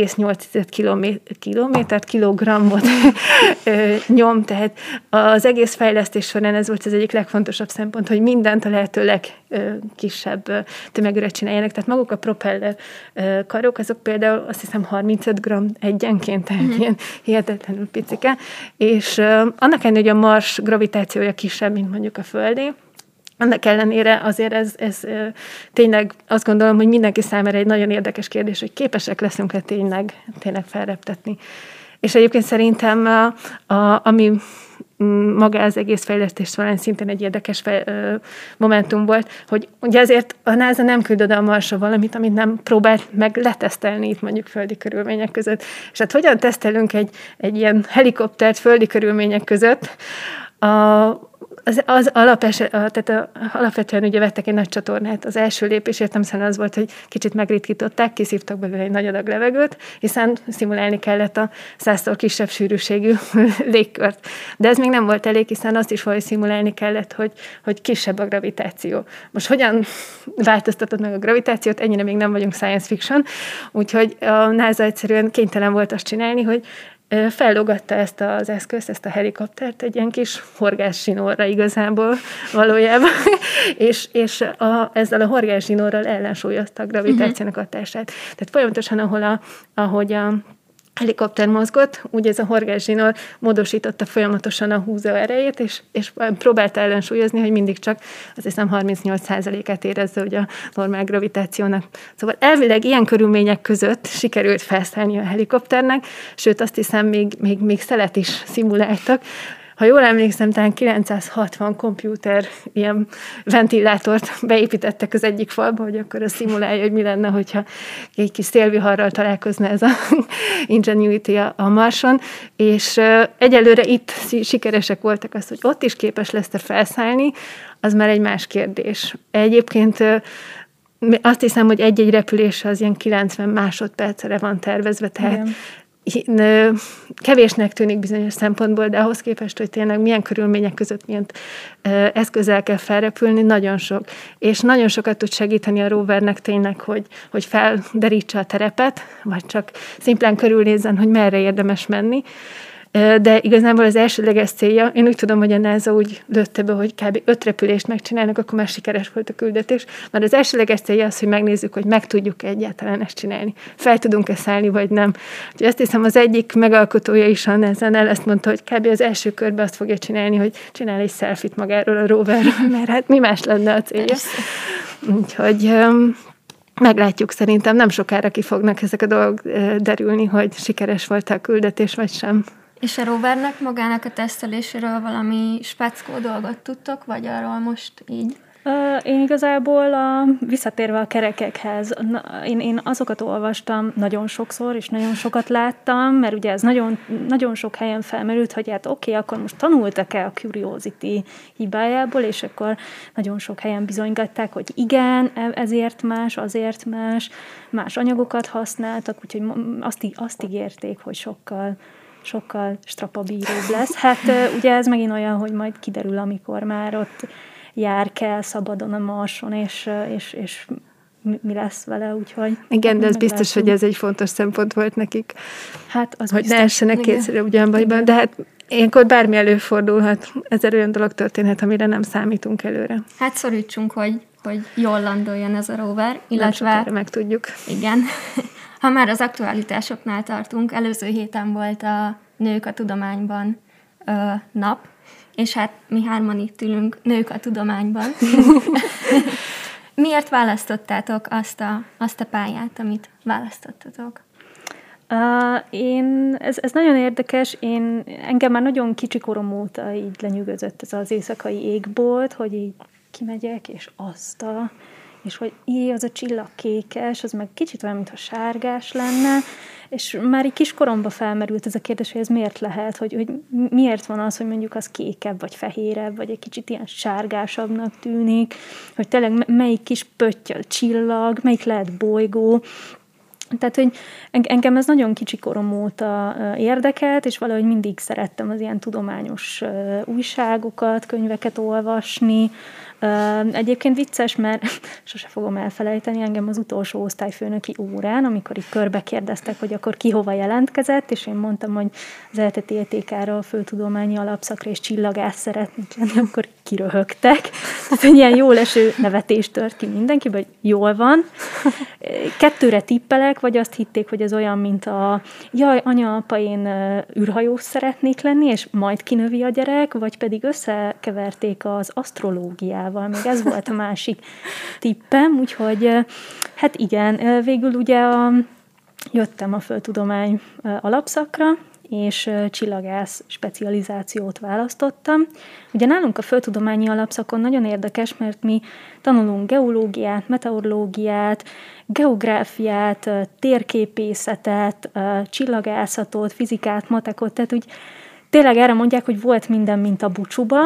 1,8 kilogrammot nyom, tehát az egész fejlesztés során ez volt az egyik legfontosabb szempont, hogy mindent a lehető legkisebb tömegűre csináljanak. Tehát maguk a propeller karok, azok például azt hiszem 35 gramm egyenként, tehát ilyen hihetetlenül picike, és annak ellenére, hogy a Mars gravitációja kisebb, mint mondjuk a Földé, annak ellenére azért ez tényleg azt gondolom, hogy mindenki számára egy nagyon érdekes kérdés, hogy képesek leszünk-e tényleg felreptetni. És egyébként szerintem ami maga az egész fejlesztés során szintén egy érdekes momentum volt, hogy ugye azért a NASA nem küld oda a Marsra valamit, amit nem próbált meg letesztelni itt mondjuk földi körülmények között. És hát hogyan tesztelünk egy ilyen helikoptert földi körülmények között? Tehát alapvetően ugye vettek egy nagy csatornát. Az első lépés értelemszerűen az volt, hogy kicsit megritkították, kiszívtak belőle egy nagy adag levegőt, hiszen szimulálni kellett a 100-szor kisebb sűrűségű légkört. De ez még nem volt elég, hiszen azt is valahogy szimulálni kellett, hogy kisebb a gravitáció. Most hogyan változtatod meg a gravitációt? Ennyire még nem vagyunk science fiction, úgyhogy a NASA egyszerűen kénytelen volt azt csinálni, hogy fellógatta ezt az eszközt, ezt a helikoptert egy ilyen kis horgászsinórra igazából valójában, és ezzel a horgászsinórral ellensúlyozta a gravitációnak hatását. Tehát folyamatosan, ahogy a helikopter mozgott, úgy ez a horgászsinór módosította folyamatosan a húzó erejét, és próbálta ellensúlyozni, hogy mindig csak azt hiszem 38%-át érezze ugye a normál gravitációnak. Szóval elvileg ilyen körülmények között sikerült felszállni a helikopternek, sőt azt hiszem még szelet is szimuláltak. Ha jól emlékszem, talán 960 kompjúter ilyen ventilátort beépítettek az egyik falba, hogy akkor az szimulálja, hogy mi lenne, hogyha egy kis szélviharral találkozna ez a Ingenuity a Marson, és egyelőre itt sikeresek voltak az, hogy ott is képes lesz-e felszállni, az már egy más kérdés. Egyébként azt hiszem, hogy egy-egy repülés az ilyen 90 másodpercre van tervezve, tehát igen. Kevésnek tűnik bizonyos szempontból, de ahhoz képest, hogy tényleg milyen körülmények között milyen eszközzel kell felrepülni, nagyon sok. És nagyon sokat tud segíteni a rovernek tényleg, hogy felderítse a terepet, vagy csak szimplán körülnézzen, hogy merre érdemes menni. De igazából az elsődleges célja, én úgy tudom, hogy a NASA úgy lőtte be, hogy kb. 5 repülést megcsinálnak, akkor már sikeres volt a küldetés, mert az elsődleges célja az, hogy megnézzük, hogy meg tudjuk egyáltalán ezt csinálni. Fel tudunk-e szállni, vagy nem. Úgyhogy azt hiszem, az egyik megalkotója is a NASA-nál ezt mondta, hogy kb. Az első körben azt fogja csinálni, hogy csinál egy selfie-t magáról a roverről, mert hát mi más lenne a célja. Úgyhogy meglátjuk, szerintem nem sokára ki fognak ezek a dolgok derülni, hogy sikeres volt a küldetés, vagy sem. És a rovernek magának a teszteléséről valami speckó dolgot tudtok, vagy arról most így? Én igazából visszatérve a kerekekhez, én azokat olvastam nagyon sokszor, és nagyon sokat láttam, mert ugye ez nagyon, nagyon sok helyen felmerült, hogy hát oké, akkor most tanultak-e a Curiosity hibájából, és akkor nagyon sok helyen bizonygatták, hogy igen, ezért más, azért más anyagokat használtak, úgyhogy azt ígérték, hogy sokkal strapabíróbb lesz. Hát ugye ez megint olyan, hogy majd kiderül, amikor már ott jár kell szabadon a Marson, és mi lesz vele, úgyhogy... Igen, de ez biztos, hogy ez egy fontos szempont volt nekik. Hát az hogy biztos. ne essenek kétszerre ugyanbajban, de hát ilyenkor bármi előfordulhat, ezer olyan dolog történhet, amire nem számítunk előre. Hát szorítsunk, hogy jól landoljon ez a rover, illetve... Nem sokára megtudjuk. Igen. Ha már az aktualitásoknál tartunk, előző héten volt a Nők a Tudományban nap, és hát mi hárman itt ülünk, nők a tudományban. Miért választottátok azt a pályát, amit választottatok? Ez nagyon érdekes, engem már nagyon kicsi korom óta így lenyűgözött ez az éjszakai égbolt, hogy így kimegyek, és és hogy az a csillagkékes, az meg kicsit olyan, mintha sárgás lenne, és már így kiskoromban felmerült ez a kérdés, hogy ez miért lehet, hogy miért van az, hogy mondjuk az kékebb, vagy fehérebb, vagy egy kicsit ilyen sárgásabbnak tűnik, hogy tényleg melyik kis pöttyel csillag, melyik lehet bolygó. Tehát, hogy engem ez nagyon kicsi korom óta érdekelt, és valahogy mindig szerettem az ilyen tudományos újságokat, könyveket olvasni. Egyébként vicces, mert sose fogom elfelejteni, engem az utolsó osztályfőnöki órán, amikor így körbe kérdeztek, hogy akkor ki hova jelentkezett, és én mondtam, hogy az ELTE-TTK-ra, a Földtudományi Alapszakra és csillagász szeretnék lenni, akkor kiröhögtek. Tehát egy ilyen jól eső nevetést tört ki mindenki, hogy jól van. 2-re tippelek, vagy azt hitték, hogy ez olyan, mint jaj, anya, apa, én űrhajós szeretnék lenni, és majd kinövi a gyerek, vagy pedig összekeverték az asztrológiával. Még ez volt a másik tippem, úgyhogy hát igen, végül ugye jöttem a Földtudomány alapszakra, és csillagász specializációt választottam. Ugye nálunk a Földtudományi Alapszakon nagyon érdekes, mert mi tanulunk geológiát, meteorológiát, geográfiát, térképészetet, csillagászatot, fizikát, matekot, tehát úgy tényleg erre mondják, hogy volt minden, mint a bucsuba,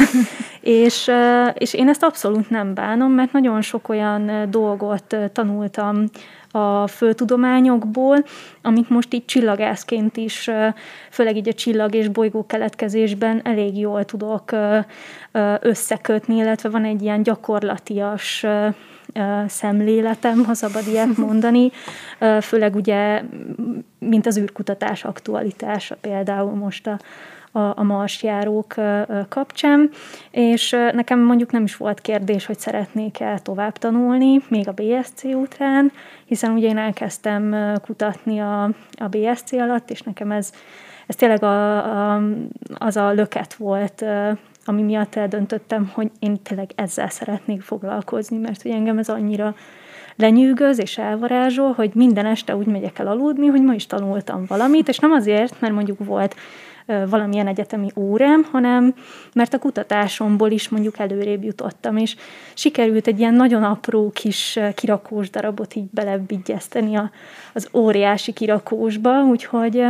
és én ezt abszolút nem bánom, mert nagyon sok olyan dolgot tanultam a földtudományokból, amit most így csillagászként is, főleg így a csillag és bolygó keletkezésben elég jól tudok összekötni, illetve van egy ilyen gyakorlatias szemléletem, ha szabad ilyet mondani, főleg ugye, mint az űrkutatás aktualitása például most a marsjárók kapcsán, és nekem mondjuk nem is volt kérdés, hogy szeretnék-e tovább tanulni, még a BSc után, hiszen ugye én elkezdtem kutatni a BSc alatt, és nekem ez tényleg az a löket volt, ami miatt eldöntöttem, hogy én tényleg ezzel szeretnék foglalkozni, mert hogy engem ez annyira lenyűgöz és elvarázsol, hogy minden este úgy megyek el aludni, hogy ma is tanultam valamit, és nem azért, mert mondjuk volt valamilyen egyetemi órám, hanem mert a kutatásomból is mondjuk előrébb jutottam, és sikerült egy ilyen nagyon apró kis kirakós darabot így belevigyezteni az óriási kirakósba, úgyhogy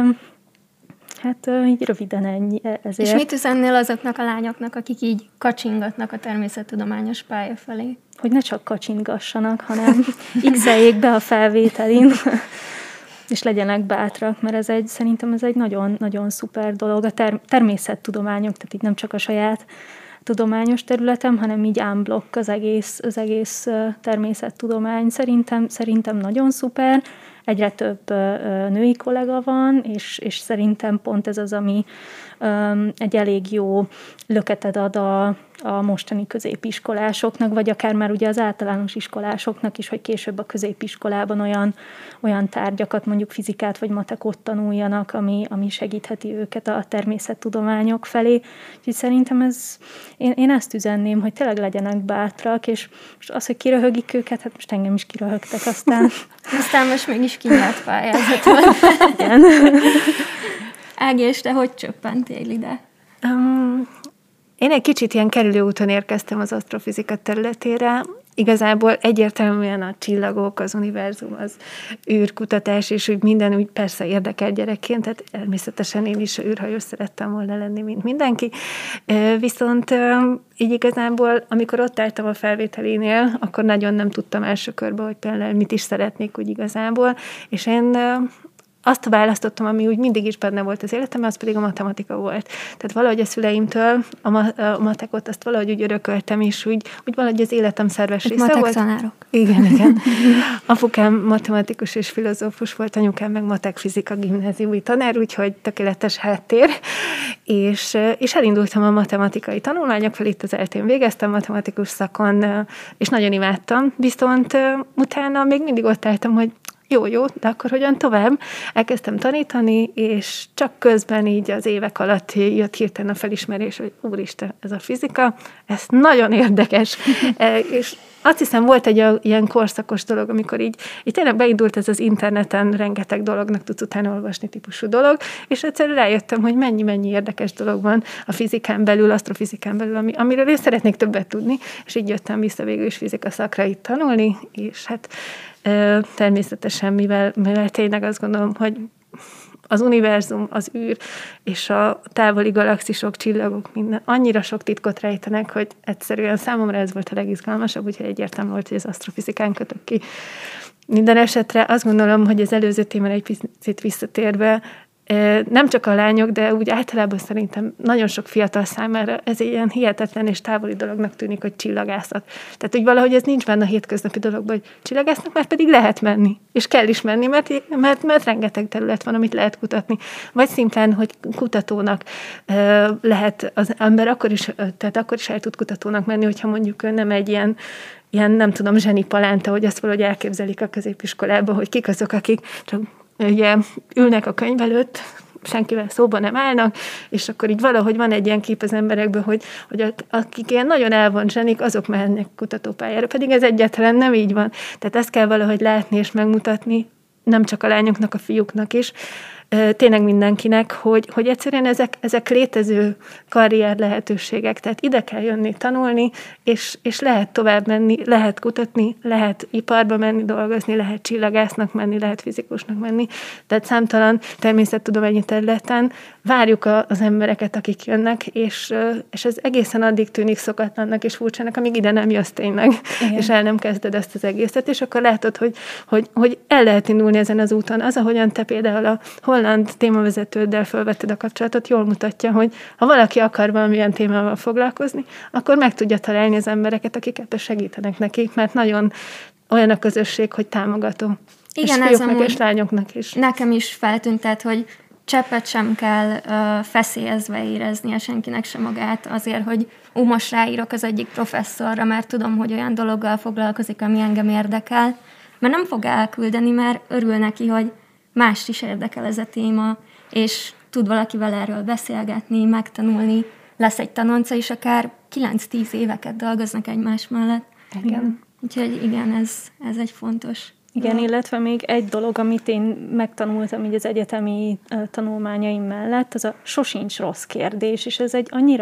hát így röviden ennyi ezért. És mit üzennél azoknak a lányoknak, akik így kacsingatnak a természettudományos pálya felé? Hogy ne csak kacsingassanak, hanem x-eljék be a felvételin, és legyenek bátrak, mert szerintem ez egy nagyon-nagyon szuper dolog. A természettudományok, tehát így nem csak a saját tudományos területem, hanem így unblock az egész természettudomány. Szerintem nagyon szuper. egyre több női kollega van, és szerintem pont ez az, ami egy elég jó löketet ad a mostani középiskolásoknak, vagy akár már ugye az általános iskolásoknak is, hogy később a középiskolában olyan tárgyakat, mondjuk fizikát vagy matekot tanuljanak, ami segítheti őket a természettudományok felé. Úgyhogy szerintem én ezt üzenném, hogy tényleg legyenek bátrak, és az, hogy kiröhögik őket, hát most engem is kiröhögtek aztán. Aztán most mégis kinyert pályázatot. Igen. Ági, és te hogy csöppentél ide? Én egy kicsit ilyen kerülőúton érkeztem az asztrofizika területére. Igazából egyértelműen a csillagok, az univerzum, az űrkutatás, és úgy minden úgy persze érdekel gyerekként, tehát természetesen én is űrhajós szerettem volna lenni, mint mindenki. Viszont így igazából, amikor ott álltam a felvételinél, akkor nagyon nem tudtam első körben, hogy például mit is szeretnék úgy igazából, és én azt választottam, ami úgy mindig is benne volt az életemben, az pedig a matematika volt. Tehát valahogy a szüleimtől a matekot azt valahogy úgy örököltem, és úgy valahogy az életem szerves része volt. Matek tanárok. Igen. Apukám matematikus és filozófus volt, anyukám meg matek-fizika gimnáziumi tanár, úgyhogy tökéletes háttér. És elindultam a matematikai tanulmányok fel, itt az ELTÉn végeztem matematikus szakon, és nagyon imádtam. Viszont utána még mindig ott álltam, hogy jó, de akkor hogyan tovább? Elkezdtem tanítani, és csak közben így az évek alatt jött hirtelen a felismerés, hogy úristen, ez a fizika, ez nagyon érdekes. És azt hiszem, volt egy ilyen korszakos dolog, amikor így tényleg beindult ez az interneten, rengeteg dolognak tudsz utána olvasni típusú dolog, és egyszerűen rájöttem, hogy mennyi érdekes dolog van a fizikán belül, asztrofizikán belül, amiről én szeretnék többet tudni, és így jöttem vissza végül is fizika szakra itt tanulni, és hát természetesen, mivel tényleg azt gondolom, hogy az univerzum, az űr és a távoli galaxisok, csillagok minden annyira sok titkot rejtenek, hogy egyszerűen számomra ez volt a legizgalmasabb, úgyhogy egyértelmű volt, hogy az asztrofizikán kötök ki. Minden esetre azt gondolom, hogy az előző témára egy picit visszatérve, nem csak a lányok, de úgy általában szerintem nagyon sok fiatal számára ez egy ilyen hihetetlen és távoli dolognak tűnik, hogy csillagászat. Tehát, hogy valahogy ez nincs benne a hétköznapi dologban, hogy csillagásznak már pedig lehet menni. És kell is menni, mert rengeteg terület van, amit lehet kutatni. Vagy szimplán, hogy kutatónak lehet az ember akkor is el tud kutatónak menni, hogyha mondjuk nem egy ilyen nem tudom, zsenipalánta, hogy azt valahogy elképzelik a középiskolában, hogy kik azok, akik csak ugye ülnek a könyv előtt, senkivel szóba nem állnak, és akkor így valahogy van egy ilyen kép az emberekből, hogy akik ilyen nagyon el van zsenik, azok mennek kutatópályára, pedig ez egyáltalán nem így van. Tehát ezt kell valahogy látni és megmutatni, nem csak a lányoknak, a fiúknak is, tényleg mindenkinek, hogy egyszerűen ezek létező karrier lehetőségek, tehát ide kell jönni, tanulni, és lehet tovább menni, lehet kutatni, lehet iparba menni, dolgozni, lehet csillagásznak menni, lehet fizikusnak menni, tehát számtalan természettudományi területen várjuk az embereket, akik jönnek, és ez egészen addig tűnik szokatlannak és furcsának, amíg ide nem jössz tényleg, igen. És el nem kezded ezt az egészet, és akkor látod, hogy el lehet indulni ezen az úton. Az, ahogyan te például a holland témavezetőddel felvetted a kapcsolatot, jól mutatja, hogy ha valaki akar valamilyen témával foglalkozni, akkor meg tudja találni az embereket, akik ebben segítenek neki, mert nagyon olyan a közösség, hogy támogató. Igen, és fiúknak és lányoknak is. Nekem is feltűnt, tehát, hogy cseppet sem kell feszélyezve éreznie senkinek sem magát azért, hogy most ráírok az egyik professzorra, mert tudom, hogy olyan dologgal foglalkozik, ami engem érdekel, mert nem fog elküldeni, mert örül neki, hogy mást is érdekel ez a téma, és tud valakivel erről beszélgetni, megtanulni, lesz egy tanonca, és akár 9-10 éveket dolgoznak egymás mellett. Igen. Úgyhogy igen, ez egy fontos. Igen, illetve még egy dolog, amit én megtanultam így az egyetemi tanulmányaim mellett, az a sosincs rossz kérdés, és ez egy annyira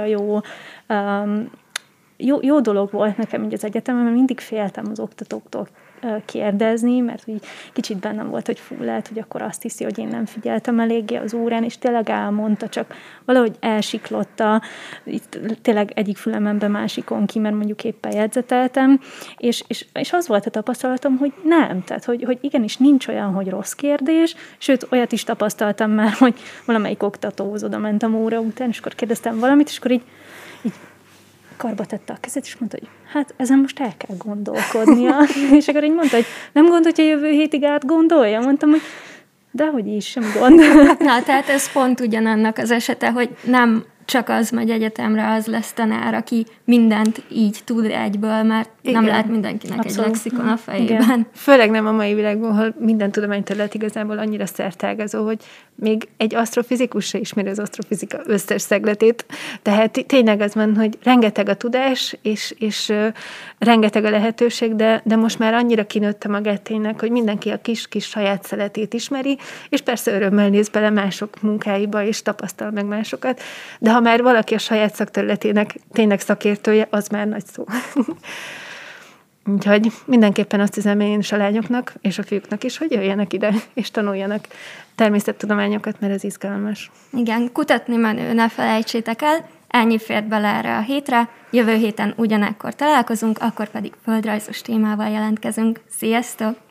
jó dolog volt nekem így az egyetemen, mert mindig féltem az oktatóktól kérdezni, mert úgy kicsit bennem volt, hogy lehet, hogy akkor azt hiszi, hogy én nem figyeltem eléggé az órán, és tényleg elmondta, csak valahogy elsiklotta, itt tényleg egyik fülemembe másikon ki, mert mondjuk éppen jegyzeteltem, és az volt a tapasztalatom, hogy nem, tehát hogy igenis nincs olyan, hogy rossz kérdés, sőt, olyat is tapasztaltam már, hogy valamelyik oktatóhoz oda mentem óra után, és akkor kérdeztem valamit, és akkor így karba tette a kezét, és mondta, hogy hát ezen most el kell gondolkodnia. És akkor így mondta, hogy nem gondolja, hogy a jövő hétig átgondolja? Mondtam, hogy dehogy is, sem gondol. Na, tehát ez pont ugyanannak az esete, hogy nem csak az megy egyetemre, az lesz tanár, aki mindent így tud egyből, mert igen, nem lehet mindenkinek abszolút egy lexikon a fejében. Igen. Főleg nem a mai világban, ahol minden tudományterület igazából annyira szertágazó, hogy még egy asztrofizikus se ismeri az asztrofizika összes szegletét. Tehát tényleg az van, hogy rengeteg a tudás, és rengeteg a lehetőség, de most már annyira kinőtte magát tényleg, hogy mindenki a kis saját szeletét ismeri, és persze örömmel néz bele mások munkáiba, és tapasztal meg másokat. De ha már valaki a saját szakterületének tényleg szakértője, az már nagy szó. Úgyhogy mindenképpen azt hiszem én is a lányoknak, és a fiúknak is, hogy jöjjenek ide, és tanuljanak természettudományokat, mert ez izgalmas. Igen, kutatni menő, ne felejtsétek el, ennyi fért bele erre a hétre, jövő héten ugyanekkor találkozunk, akkor pedig földrajzos témával jelentkezünk. Sziasztok!